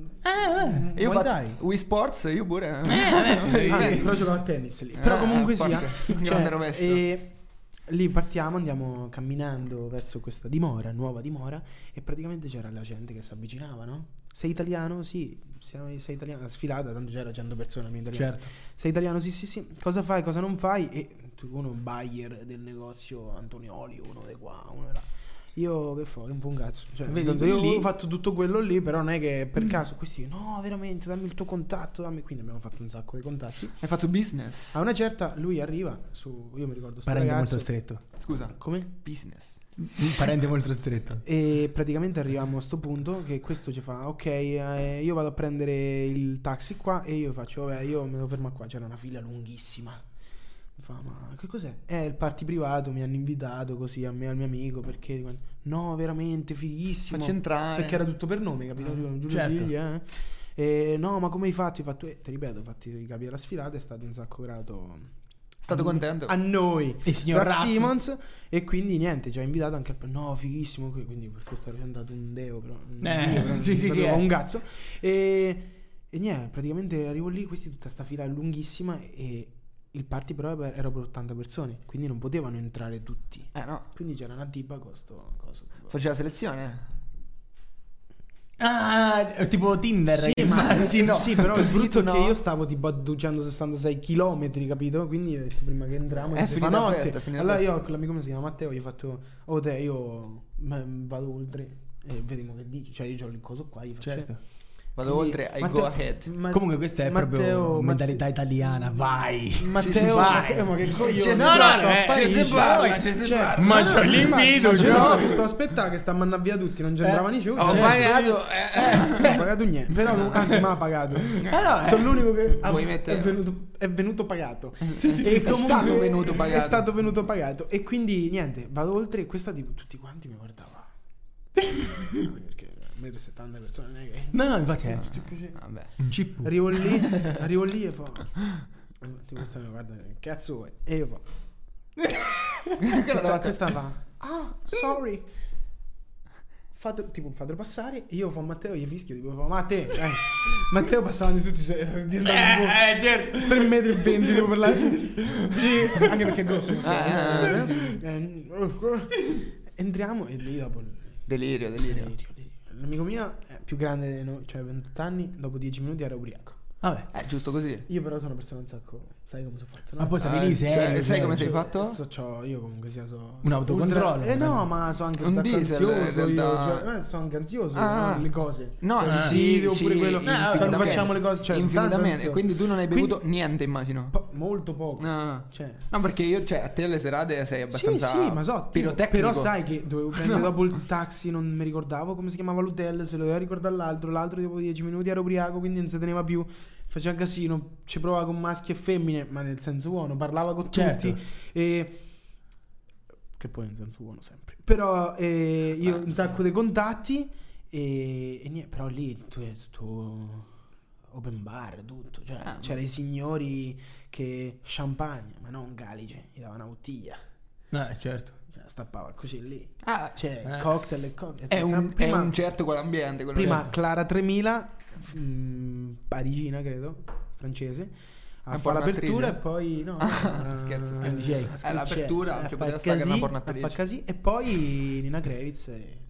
io ho Muay fatto Thai. Wii Sports, io pure. Però giocavo a tennis lì. Però comunque forte. sia, Un grande rovescio. e lì partiamo, andiamo camminando verso questa dimora, nuova dimora, e praticamente c'era la gente che si avvicinava, no? Sei italiano? Sì, sei italiano. La sfilata, tanto c'era 100 persone a mia italiano. Certo. Sei italiano? Sì, sì, sì. Cosa fai, cosa non fai? E uno buyer del negozio Antonioli, uno di qua, uno di là. Io che fai? Un po' un cazzo. Cioè, nel Vedi, senso, io lì- ho fatto tutto quello lì, però non è che per caso questi no, veramente, dammi il tuo contatto, dammi. Quindi abbiamo fatto un sacco di contatti. Hai fatto business? A una certa lui arriva su, io mi ricordo sto Parente ragazzo. molto stretto. Scusa. Come? Business. Un parente molto stretto. E praticamente arriviamo a sto punto che questo ci fa ok, io vado a prendere il taxi qua e io faccio vabbè, io me lo fermo qua, c'era una fila lunghissima. Mi fa ma che cos'è? È il party privato, mi hanno invitato così a me e al mio amico perché dico, no, veramente fighissimo. Facci entrare. Perché era tutto per nome, capito? Giulio Certo. Gigli, E no, ma come hai fatto? Ho fatto, ti ripeto, ho fatto i capi della sfilata, è stato un sacco grato. Stato contento? A noi, Il signor Raf Raff. Simons, e quindi niente, ci ha invitato anche no, fighissimo, quindi per questo è diventato un deo, però, sì, sì, sì, un cazzo. E niente, praticamente arrivo lì, questi tutta sta fila lunghissima e il party però era per 80 persone, quindi non potevano entrare tutti. No. Quindi c'era una tipa con sto coso. Faceva selezione? Ah, tipo Tinder. Sì, che ma fa- sì, no. sì, però il brutto è no. che io stavo tipo a 266 km, capito? Quindi ho detto prima che entriamo È si fa finita la notte. festa, è finita la Allora festa. io con l'amico mio si chiama Matteo, gli ho fatto oh te, io vado oltre e vediamo che dici. Cioè io ho il coso qua, gli faccio Certo. Vado oltre, I go ahead. Comunque questa è proprio mentalità italiana. Vai. Matteo, Vai. ma che coglione. C'è No, no, c'è ci si parla, c'è si Cioè, parla. Ma c'ho l'invito, no, c'ho. che sto aspettando che sta mandando via tutti, non c'entravano i ciu. Ho Certo, pagato. non ho pagato niente, però anzi mi ha pagato. no, Sono l'unico che Vuoi mettere- è venuto pagato. È stato venuto pagato. È stato venuto pagato. E quindi niente, vado oltre e questa tipo tutti quanti mi guardava. Perché 1,70 m persone non è che No, infatti è Vabbè. un chip. arrivo lì e fa questa mi guarda, che cazzo vuoi? E io fa questa fa sorry, fatelo passare. E io fa Matteo, gli fischio tipo fa Matteo, Matteo passava di tutti Certo. 3,20 m tipo per la sì, anche perché è grosso. Entriamo e lì dopo Delirio. delirio. L'amico mio è più grande di noi, cioè 28 anni, dopo 10 minuti era ubriaco. Vabbè. Giusto così. Io però sono una persona un sacco, sai come sono fatto, no? Ma poi stavi lì serio. sai come serio. sei fatto? Io comunque sia so Un autocontrollo, ultra- no, ma so anche un Un sacco diesel, ansioso in io, realtà. cioè, sono anche ansioso Ah. le cose. No, sì, oppure quello quando infinitamente. facciamo le cose, cioè sono tanto infinitamente. ansioso. Quindi tu non hai bevuto niente, immagino. Molto poco. No. Cioè No, perché io, cioè, a te alle serate sei abbastanza sì, ma so, pirotecnico. però sai che dovevo prendere dopo il taxi, non mi ricordavo come si chiamava l'hotel, se lo doveva ricordare l'altro dopo 10 minuti era ubriaco, quindi non si teneva più, faceva casino, ci provava con maschi e femmine, ma nel senso buono, parlava con Certo. tutti e che poi in senso buono sempre. Però io un sacco di contatti e niente, però lì tu è tutto open bar, tutto, cioè c'era i signori che champagne, ma non calice, gli davano una bottiglia. Certo. Cioè, stappava così lì. Ah, Cioè, cocktail e cocktail. è Prima- un certo quell'ambiente. quello Prima che- Clara 3000, parigina credo, francese. A Una fare l'apertura pornoattrice? e poi no, Scherzo, a- scherzo. a scricce- L'apertura, a cioè, far poteva stare che è una casì, pornoattrice. a far casì, e poi Nina Kravitz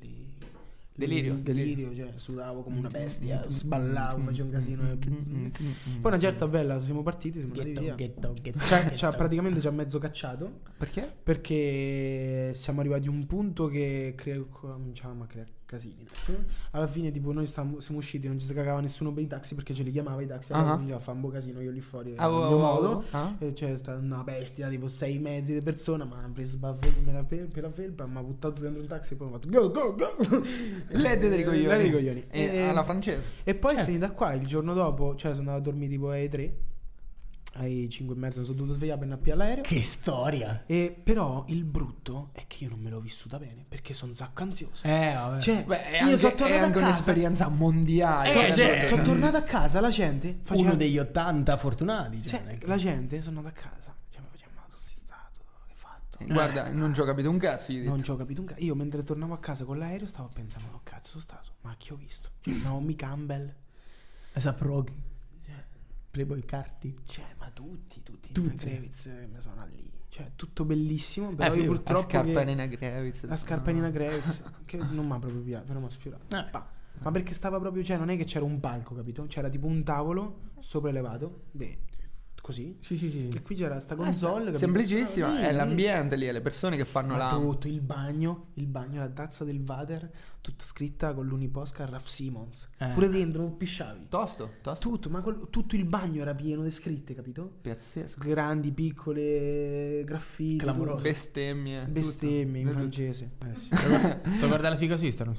Delirio. cioè sudavo come una bestia, sballavo, facevo un casino. Poi una certa bella, siamo partiti, siamo andati via. Praticamente ci ha mezzo cacciato. Perché? Perché siamo arrivati a un punto che cominciavamo a creare casini. Alla fine, tipo, noi siamo usciti, non ci si cagava nessuno per i taxi perché ce li chiamava i taxi. Allora cominciava a fare un po' casino io lì fuori. Ah, nel mio modo. ah. E c'è stata una bestia, tipo 6 metri di persona. Ma ha preso per la felpa, mi ha buttato dentro un taxi e poi mi ha fatto go, go, go. Lede dei coglioni. Lede dei coglioni. E alla francese. E poi è finita qua. Il giorno dopo, cioè, sono andato a dormire tipo alle 3. Alle 5 e mezza mi sono dovuto svegliare per andare all'aereo. Che storia. E però il brutto è che io non me l'ho vissuta bene perché sono un sacco ansioso. Vabbè. Cioè, Beh, è io anche, sono è tornato anche a casa. un'esperienza mondiale. Cioè, Sono tornato a casa, la gente faceva... Uno degli 80 fortunati. Cioè, Cioè, la gente, sono andato a casa. Cioè, mi faceva, ma tu sei stato, che hai fatto? Guarda, non ci ho capito un cazzo. Io Non ci ho capito un cazzo. Io mentre tornavo a casa con l'aereo stavo pensando, ma cazzo sono stato? Ma chi ho visto? Cioè, Naomi Campbell. Esatto, Rocky. Playboy Carti. Cioè, ma tutti. Nina Kravitz, mi sono lì. Cioè, tutto bellissimo. Però io figo. La purtroppo... scarpa che- Nina Kravitz. La scarpa Nina Kravitz, che non mi ha proprio piaciuto, però mi ha sfiorato. Ma perché stava proprio, cioè, non è che c'era un palco, capito? C'era tipo un tavolo sopraelevato, così. Sì. E qui c'era sta console, capito? Semplicissima, Sì, è sì. l'ambiente lì, è le persone che fanno Ma la... tutto, il bagno, la tazza del Vader, tutta scritta con l'uniposca Raf Simons. Pure dentro, pisciavi. Tosto. Tutto, ma tutto il bagno era pieno di scritte, capito? Pazzesco. Grandi, piccole, graffiti. Clamoroso. tutto. Bestemmie. Bestemmie in tutto. francese. Sì. Sto guardando la figa su Instagram.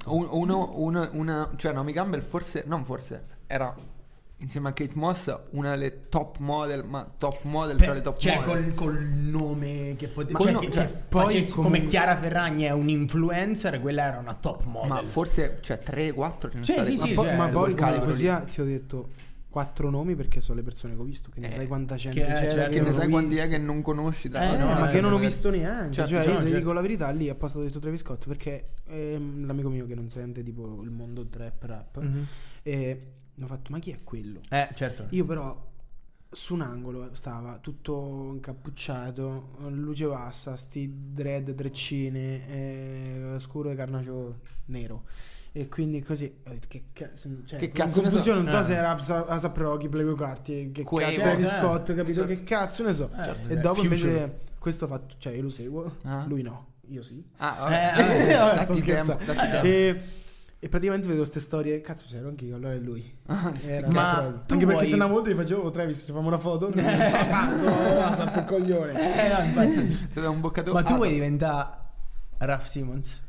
Cioè Naomi Campbell era insieme a Kate Moss una delle top model, ma top model tra le top Cioè, model. col nome che poteva. Ma Cioè, no, che cioè, poi facesse comunque- come Chiara Ferragni è un influencer, quella era una top model. Ma forse, cioè 3-4 ce ne Sì, state sì, qua. sì, Ma cioè, poi quel calibro comunque lì. sia, ti ho detto 4 nomi perché sono le persone che ho visto, che ne sai quanta gente che- c'era, certo, Che non ne ho sai quanti visto. è che non conosci? no, Ma che non ho magari- visto neanche. Certo, cioè, io certo. ti dico la verità, lì apposta ho detto Travis Scott perché l'amico mio che non sente tipo il mondo trap rap Mhm. e mi ha fatto, ma chi è quello? Certo. Io però su un angolo stava tutto incappucciato, luce bassa, sti dread, treccine, scuro e carnacio nero. E quindi così ho detto, che cazzo, cioè, Che in cazzo ne confusione, so? non so se era Asap Rocky, Playboy Carti, che Quavo, cazzo Travis eh. Scott, capito? Certo. Che cazzo ne so. Certo. E dopo Future. invece questo ha fatto, cioè io lo seguo, Ah. lui no, io sì. Ah, vabbè. Vabbè, sto datti tempo, scherzando. datti tempo. E praticamente vedo queste storie, cazzo c'ero anch'io, allora è lui. Era Ma Asap Rocky. tu Anche perché vuoi- se una volta gli facevo Travis, ci facciamo una foto, Asap il coglione. Ti do un boccatore. Ma tu vuoi diventare Raf Simons?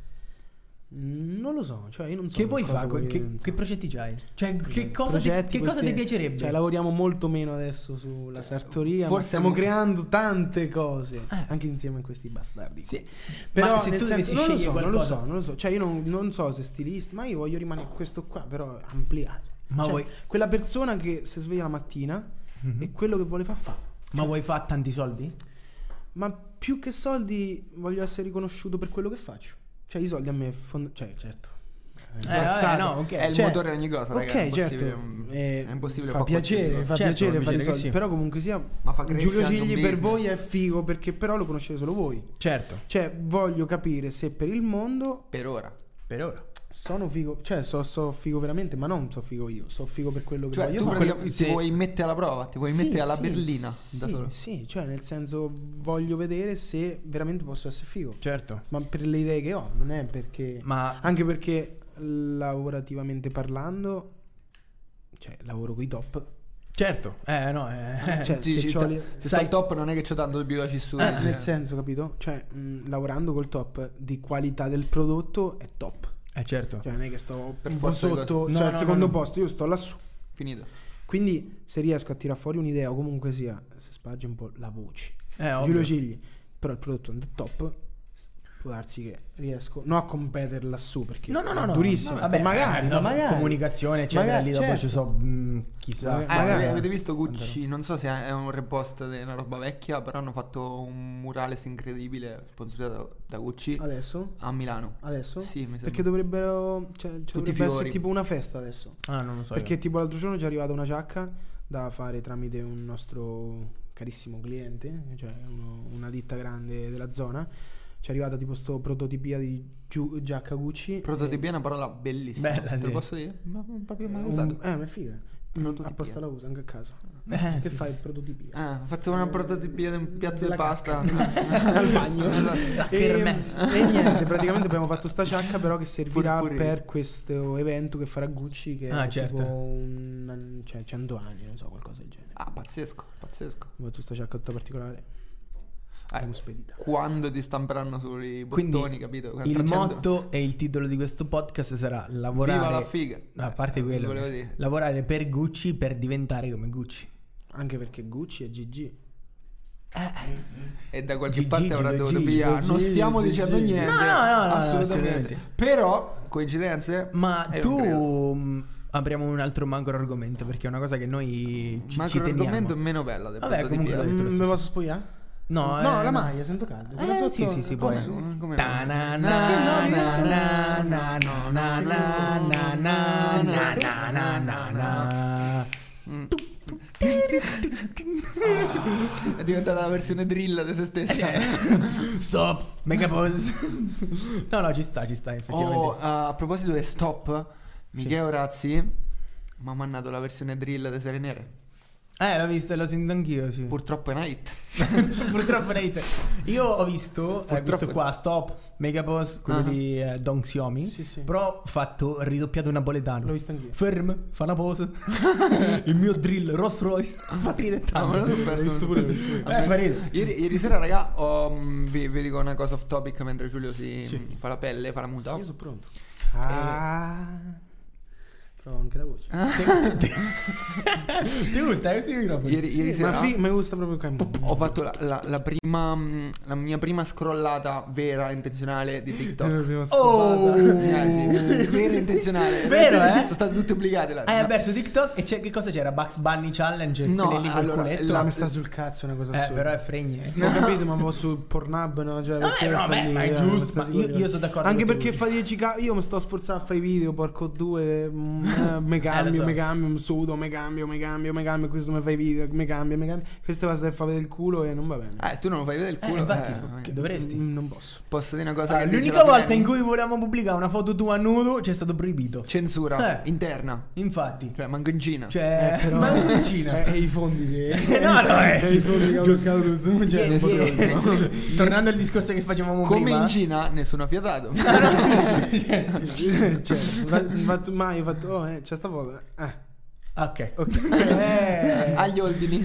Non lo so, cioè io non so Che vuoi cosa fare? vuoi Che diventare. progetti c'hai? Cioè, che cosa Progetti, ti questi- piacerebbe? Cioè, lavoriamo molto meno adesso sulla sartoria, forse ma stiamo mo- creando tante cose, anche insieme a questi bastardi. Sì. Però Ma se nel tu senso, dovessi non lo scegliere so, non lo qualcosa- so, non lo so. Cioè, io non so se stilista, ma io voglio rimanere questo qua, però ampliato. Ma Cioè, vuoi- quella persona che si sveglia la mattina e quello che vuole fa. Ma vuoi fare tanti soldi? Ma più che soldi voglio essere riconosciuto per quello che faccio. Cioè, i soldi a me cioè, certo. vabbè, no, ok. È il Cioè, motore di ogni cosa, ragazzi. Ok, è impossibile, certo, è impossibile fa fare qualsiasi piacere, cosa. fa Certo, piacere fa fare i piacere soldi, che sì. però comunque sia Ma fa crescere Giulio anche un Cigli per business. voi è figo perché però lo conoscete solo voi. Certo. Cioè, voglio capire se per il mondo Per ora. Per ora. sono figo, cioè so figo veramente, ma non so figo io, so figo per quello che Cioè, voglio tu fare. praticamente se- ti vuoi mettere alla prova, ti vuoi Sì, mettere alla sì, berlina sì, da solo. Sì, cioè nel senso voglio vedere se veramente posso essere figo. Certo. Ma per le idee che ho, non è perché Ma anche perché lavorativamente parlando, cioè lavoro coi top. certo. No, Cioè, Ti dici, se c'ho le- se sta al top non è che c'ho tanto di più da su. nel senso, capito? Cioè, lavorando col top di qualità del prodotto è top. certo. Cioè, non è che sto Per un po' forza di sotto, cose. cioè No, al no, secondo no. posto, io sto lassù. Finito. Quindi, se riesco a tirar fuori un'idea o comunque sia, si sparge un po' la voce. Ovvio. Giulio Cigli, però il prodotto è top. può darsi che riesco non a competere lassù perché No. è durissimo. Vabbè, magari, magari. Comunicazione, eccetera. Magari, Lì dopo certo. ci so, chissà. Magari. Avete visto Gucci? Non so se è un repost di una roba vecchia, però hanno fatto un murales incredibile sponsorizzato da Gucci Adesso? a Milano. Adesso? Sì, mi sembra. Perché dovrebbero, cioè, Tutti dovrebbe essere fiori. tipo una festa adesso. Non lo so. Perché tipo l'altro giorno ci è arrivata una giacca da fare tramite un nostro carissimo cliente, cioè una ditta grande della zona. Ci è arrivata tipo sto prototipia di giacca Gucci. Prototipia è una parola bellissima. Bella, Te sì. lo posso dire? Ma proprio mai usato. Ma è figa. Prototipia. Apposta la uso anche a caso. Che sì. fai prototipia? Ho fatto una prototipia di un piatto di Della pasta. al bagno. La E kermesse. niente, praticamente abbiamo fatto sta giacca però che servirà Purpurri. per questo evento che farà Gucci che è certo. tipo cioè 100 anni, non so, qualcosa del genere. Pazzesco. Ho fatto sta giacca tutta particolare. Abbiamo spedita. Quando ti stamperanno sui bottoni, Quindi capito? il motto e il titolo di questo podcast sarà lavorare. Viva la figa. A parte quello, volevo dire. lavorare per Gucci per diventare come Gucci. Anche perché Gucci è GG. E da qualche Gigi, parte avrà Gigi, dovuto Gigi, pigliare. Non Gigi, stiamo Gigi. dicendo niente. No, assolutamente. assolutamente. Però, coincidenze? Ma io non credo. tu apriamo un altro macro argomento perché è una cosa che noi ci Macro teniamo. argomento è meno bella del Vabbè, comunque l'ho prototipia. detto lo Me stesso. posso spogliare? No, No, la maglia, sento caldo. Quella sotto- sì, poi. posso? Come no? È diventata la versione drill di se stessa. Stop, mega pause. No, ci sta effettivamente. A proposito di stop, Michele Orazzi mi ha mandato la versione drill di Serie Nere. L'ho visto e l'ho sentito anch'io, sì. Purtroppo è una hit. Purtroppo Nate. Io ho visto questo qua, Stop, Megapause, quello di Don Xiomi. Sì. Però fatto ridoppiato napoletano. L'ho visto anch'io. Ferm, fa una pose. Il mio drill, Rolls Royce. Fa ridere tanto. L'ho visto pure. Fa ridere. Ieri sera, raga, vi dico una cosa off topic mentre Giulio fa la pelle, fa la muta. Io sono pronto. Provo anche la voce. Ti gusta questi microfoni? Ieri sera Ma mi gusta proprio il ho fatto la mia prima scrollata vera intenzionale di TikTok. Oh! Sì, vera intenzionale. Vero, Sono state tutte obbligate là. Hai aperto TikTok e che cosa c'era? Bugs Bunny Challenge? No, Quelle lì col allora, culetto? La mi sta sul cazzo, è una cosa assurda. però è fregne. Non ho capito, ma un po' su Pornhub, no? Cioè, perché no, sta beh, lì, ma è giusto, ma sta io sono d'accordo Anche con te. perché fa 10k, io mi sto sforzando a fare i video, porco due, mi cambio, mi sudo, mi cambio, questo mi fa i video, mi cambio. Questo basta che fa vedere il culo e non va bene. Tu non lo fai vedere il culo. Infatti, che dovresti. Non posso. Posso dire una cosa che dice L'unica la volta in Pirelli? cui volevamo pubblicare una foto tua a nudo c'è stato proibito. Censura interna. Infatti. Cioè manconcina. Cioè, Però manconcina. i fondi che No, i fondi che ho bloccato tutto. Cioè, non posso dire. Tornando al discorso che facevamo Come prima. in Cina nessuno ha fiatato. Cioè, ma io ho fatto, c'è sta foto. Ok. Agli ordini.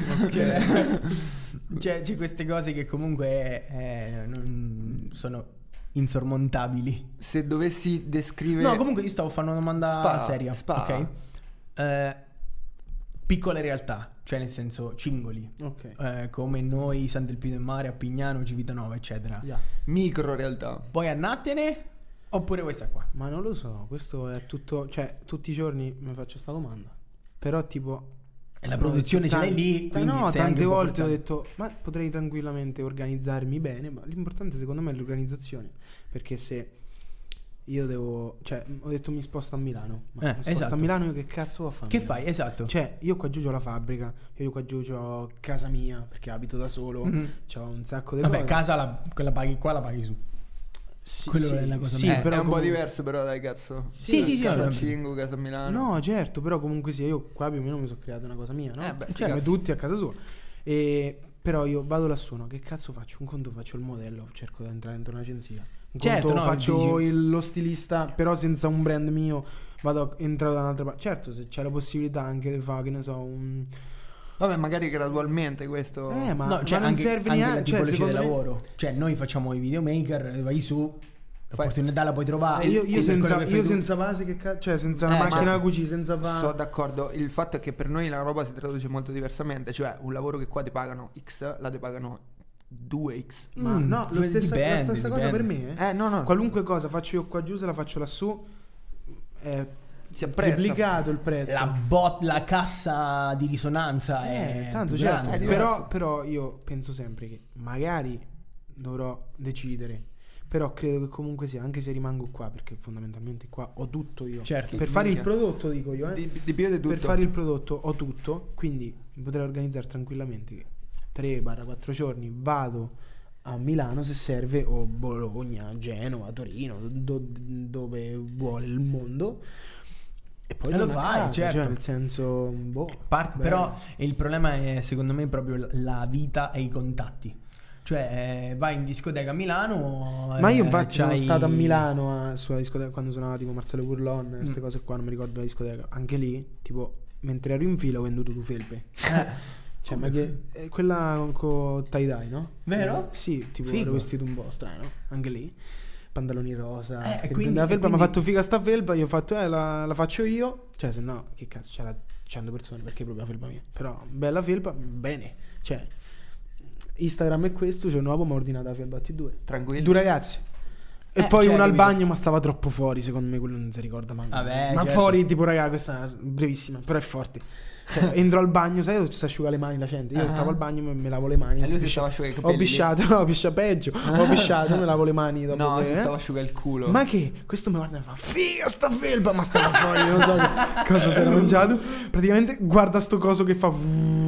C'è queste cose che comunque non sono insormontabili. Se dovessi descrivere. No, comunque io stavo facendo una domanda seria. Ok. Piccole realtà, cioè nel senso cingoli. Ok. Come noi, San Del Pino e Mare, a Pignano, Civitanova, eccetera. Yeah. Micro realtà. Vuoi andatene oppure vuoi stare qua? Ma non lo so, questo è tutto, cioè tutti i giorni mi faccio sta domanda. Però tipo E la produzione ce l'hai lì, quindi no, sei anche tante un po' volte ho forzato. detto ma potrei tranquillamente organizzarmi bene, ma l'importante secondo me è l'organizzazione, perché se io devo, cioè ho detto mi sposto a Milano, ma mi sposto esatto. a Milano io che cazzo ho a fare? Che fai? Esatto. Cioè io qua giù ho la fabbrica, io qua giù ho casa mia perché abito da solo, c'ho un sacco di Vabbè, cose. casa quella paghi qua, la paghi su. Sì, quello sì, è la cosa sì, mia. però è un po' comunque- diverso però dai cazzo. Sì, Casa a vabbè. Cingu, casa a Milano. No, certo, però comunque sia, io qua più o meno mi sono creato una cosa mia, no? Beh, sti Cioè, cazzi. tutti a casa sua. Però io vado lassù, no? Che cazzo faccio? Un conto faccio il modello, cerco di entrare dentro un'agenzia. Un Certo, conto no, faccio dici- lo stilista, però senza un brand mio, entrare da un'altra parte. Certo, se c'è la possibilità anche di fare, che ne so, un... Vabbè, magari gradualmente questo. ma, No, cioè ma non anche, serve anche la neanche, cioè, tipologia di secondo me... lavoro. Cioè noi facciamo i videomaker, vai su, l'opportunità la puoi trovare. Io Quello che fai tu. senza base, cioè senza una macchina certo. da cucire, senza fare... Sono d'accordo. Il fatto è che per noi la roba si traduce molto diversamente. Cioè, un lavoro che qua ti pagano X, là ti pagano 2x. Ma no, la stessa cosa per me. No. Qualunque cosa faccio io qua giù, se la faccio lassù, è Si apprezza. triplicato il prezzo. La cassa di risonanza è tanto più certo, grande. però io penso sempre che magari dovrò decidere, però credo che comunque sia, anche se rimango qua, perché fondamentalmente qua ho tutto io. Certo. Per fare il prodotto, dico io, Di più di tutto. per fare il prodotto ho tutto, quindi potrei organizzare tranquillamente che 3-4 giorni vado a Milano se serve, o Bologna, Genova, Torino, dove vuole il mondo, e poi lo torno a fai, casa, certo. cioè, nel senso, Però il problema è, secondo me, proprio la vita e i contatti. Cioè, vai in discoteca a Milano. Ma io infatti sono c'hai- stato a Milano sulla discoteca quando suonava tipo Marcello Burlon, queste cose qua, non mi ricordo la discoteca. Anche lì, tipo, mentre ero in fila ho venduto 2 felpe. Cioè, ma che è quella con tie-dye, no? Vero? Sì, tipo Figo. ero vestito un po' strano, anche lì. Pantaloni rosa. Perché quindi- la felpa mi ha quindi- fatto figa sta felpa, io ho fatto la faccio io. Cioè, se no, che cazzo, c'era 100 persone, perché proprio la felpa mia. Però, bella felpa, bene. Cioè, Instagram è questo, il giorno dopo mi ha ordinato la felpa a T2. Tranquillo. 2 ragazzi. E poi cioè, uno al capito? bagno, ma stava troppo fuori, secondo me quello non si ricorda manco. Vabbè, ma certo. fuori, tipo, raga, questa è brevissima, però è forte. Cioè, entro al bagno, sai dove ci si asciuga le mani la gente? Io stavo al bagno, me lavo le mani. E lui si Bisci- stava asciugando i capelli. Ho bisciato, no, biscia peggio. Ho bisciato, me lavo le mani dopo. No, che- si stava asciugando il culo. Ma che? Questo mi guarda e mi fa figa sta felpa, ma stava fuori, non so che cosa si era mangiato. Praticamente guarda sto coso che fa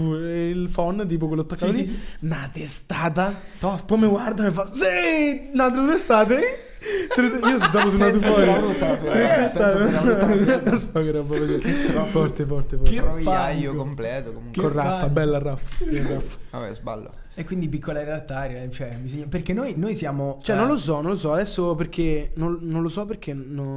il phon, tipo quello attaccato Sì, lì. sì, sì. Una testata. Tosto. Poi mi guarda e mi fa sì, un'altra testata. Io dopo sono andato Penso fuori. sia brutta la felpa. Penso sia brutta la felpa. Non so che roba così. Forte. Troiaio completo comunque. Con Raffa, panico. bella Raffa. Vabbè, sballo. E quindi piccola realtà, cioè, bisogna... Perché noi siamo... Cioè, non lo so adesso, perché non lo so, perché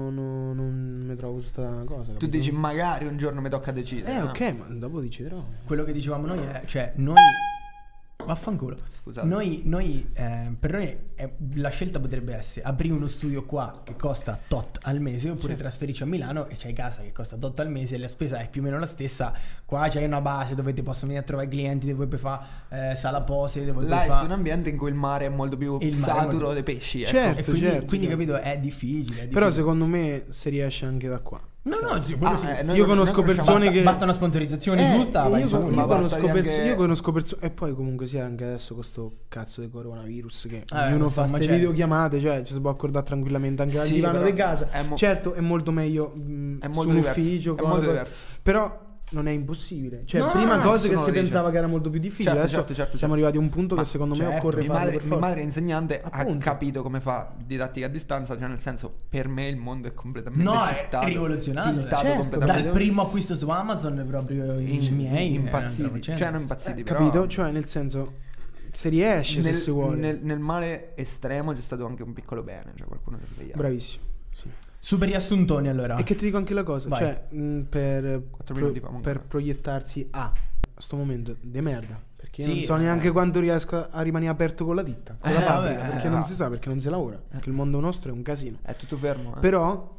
non mi trovo su sta cosa. Tu capito? dici magari un giorno mi tocca decidere. no? Ok, ma dopo deciderò. Quello che dicevamo noi è... Cioè, noi... Vaffanculo. Scusate. Noi per noi la scelta potrebbe essere aprire uno studio qua che costa tot al mese, oppure trasferirci a Milano e c'hai casa che costa tot al mese e la spesa è più o meno la stessa. Qua c'hai una base dove ti possono venire a trovare clienti, dove puoi fare sala pose, dove Là puoi è fare... un ambiente in cui il mare è molto più Il mare è saturo molto- dei pesci. Ecco. Certo. E quindi, certo. capito, è difficile. Però secondo me si riesce anche da qua. No, sì, quello sì. noi Io conosco noi persone che... Basta una sponsorizzazione giusta, vai io, su. io ma basta conosco anche- io conosco persone. E poi comunque sia anche adesso con sto cazzo di coronavirus che lo ognuno sto fa ste macellando. videochiamate, cioè ci si può accordare tranquillamente anche al Sì, divano però di casa. è Certo, è molto meglio È su molto un diverso. ufficio, È con molto una diverso. però non è impossibile. Cioè, No, prima no, cose che nessuno si lo dice. pensava che era molto più difficile. Certo, Adesso certo. siamo arrivati a un punto Ma che secondo me certo, occorre Mia farlo madre, per mia forza. madre è insegnante, Appunto. ha capito come fa didattica a distanza, cioè nel senso, per me il mondo è completamente No, è shiftato, rivoluzionato. tiltato Certo, completamente. Dal primo acquisto su Amazon proprio i miei impazziti, cioè non impazziti, però Capito? Cioè, nel senso, si riesce se si vuole. nel male estremo c'è stato anche un piccolo bene, cioè qualcuno si è svegliato. Bravissimo. Sì. Super riassuntoni allora. E che ti dico anche la cosa, Vai. cioè per, 4 minuti fa, per proiettarsi a sto momento di merda, perché io Sì, non so neanche quanto riesco a rimanere aperto con la ditta, con la fabbrica, vabbè, perché non si sa, perché non si lavora, perché il mondo nostro è un casino. È tutto fermo, Però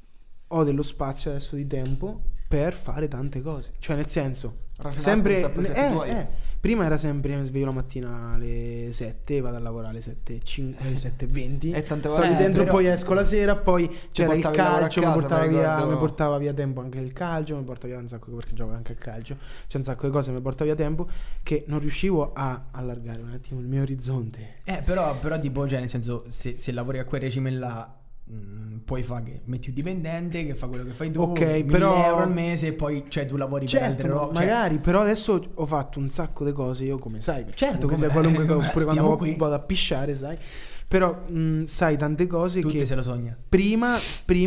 ho dello spazio adesso di tempo per fare tante cose, cioè nel senso Ragionare sempre per i fatti tuoi. prima era sempre mi sveglio la mattina alle 7, vado a lavorare alle 7:05, alle 7:20 E tante stavo volte- lì dentro, però- poi esco la sera, poi c'era il portavi il lavoro a calcio, casa, mi ricordo. portava via tempo anche il calcio, mi porta via un sacco, perché gioco anche a calcio, c'è un sacco di cose, mi porta via tempo che non riuscivo a allargare un attimo il mio orizzonte. Però tipo, cioè, nel senso, se lavori a quel regime là, puoi fare che metti un dipendente che fa quello che fai tu, Ok, 1.000 però- euro al mese, e poi cioè tu lavori per altre Certo, robe. Cioè, magari, però adesso ho fatto un sacco di cose, io come sai, perché Certo, comunque come- sai qualunque cosa, oppure stiamo quando qui. vado a pisciare, sai. Però sai tante cose tutte che se lo sogna. prima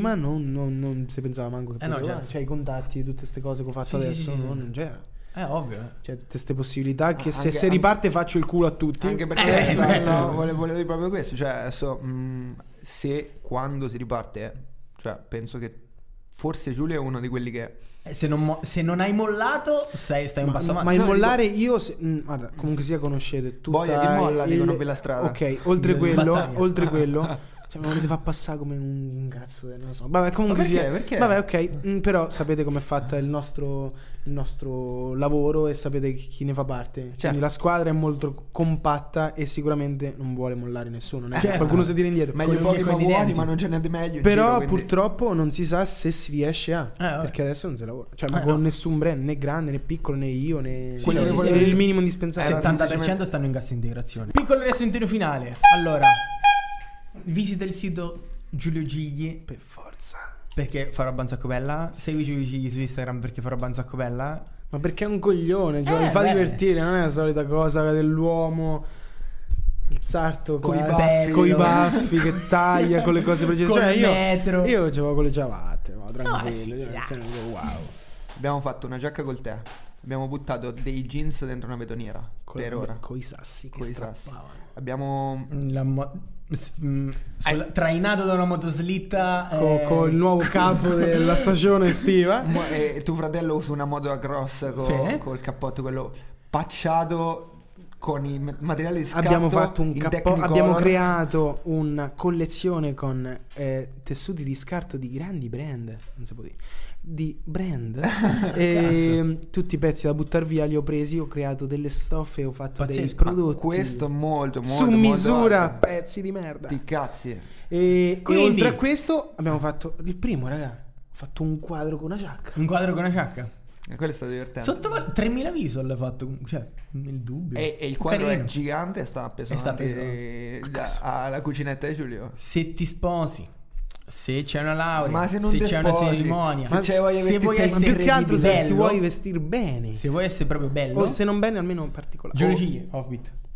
non si pensava manco che no, poteva certo. cioè i contatti, tutte queste cose che ho fatto Sì, sì, adesso sì, sì, non c'era. Ovvio. Cioè tutte queste possibilità che se Anche- riparte faccio il culo a tutti. Anche perché bello. volevo dire proprio questo, cioè adesso se quando si riparte, cioè penso che forse Giulio è uno di quelli che Se non hai mollato, stai un passo avanti. Ma il No, mollare io guarda, comunque sia conoscete tutta Boia, chi molla, dicono per la strada. Ok, oltre In quello, battaglia. oltre quello, Cioè, mi volete far passare come un cazzo, non lo so. Vabbè, comunque Ma perché? sia. Perché? Vabbè, ok. Però sapete com'è fatta il nostro lavoro e sapete chi ne fa parte. Certo. Quindi la squadra è molto compatta e sicuramente non vuole mollare nessuno. Non è che Certo. qualcuno si tira indietro. Meglio Con gli pochi ma con i buoni, denti. ma non ce n'è di meglio in Però giro, quindi- purtroppo non si sa se si riesce a. vabbè. Perché adesso non si lavora. Cioè, ma con nessun brand, né grande né piccolo, né io, né Quello che sì, volevo il dire- minimo indispensabile. Era 70% semplicemente- stanno in cassa integrazione. Piccolo riassuntino finale. Allora, visita il sito Giulio Gigli Per forza. perché farò Banzacco Bella. Segui Giulio Gigli su Instagram perché farò Banzacco Bella. Ma perché è un coglione, cioè, mi fa bene. divertire, non è la solita cosa dell'uomo. Il sarto Coi classico, baffi, coi no? baffi che taglia con le cose precise. Col Cioè, metro. io gioco con le ciabatte, ma tranquillo. sì, cioè, dai. nel senso, wow. Abbiamo fatto una giacca col tè. Abbiamo buttato dei jeans dentro una betoniera. Per ora. Con i sassi che Coi sassi. strappavano. Abbiamo... Trainato da una motoslitta Con il nuovo capo della stagione estiva. tuo fratello usa una moto cross Sì. col cappotto quello pacciato con i materiali di scatto. Abbiamo fatto un in cappotto. Technicolor. Abbiamo creato una collezione con tessuti di scarto di grandi brand. Non si può dire. Di brand. E tutti i pezzi da buttare via li ho presi. Ho creato delle stoffe. Ho fatto dei Pazzesco. prodotti. Questo è molto, molto, su molto misura, alto. pezzi di merda. Ti cazzi. E Quindi- oltre a questo abbiamo fatto il primo, raga. Ho fatto un quadro con una giacca. un quadro con una giacca. E quello è stato divertente. Sotto 3.000 visual ha fatto, cioè, nel dubbio. E il quadro Carino. è gigante e sta appeso E sta davanti alla cucinetta di Giulio. Se ti sposi, se c'è una laurea, Ma se non se ti c'è una sposi, cerimonia, se c'è voglia di se vuoi vestirti Ma essere più che altro se ti bello, vuoi vestirti bene. se vuoi essere proprio bello, O se non bene almeno in particolare. Giulio O- Gigli, Offbeat.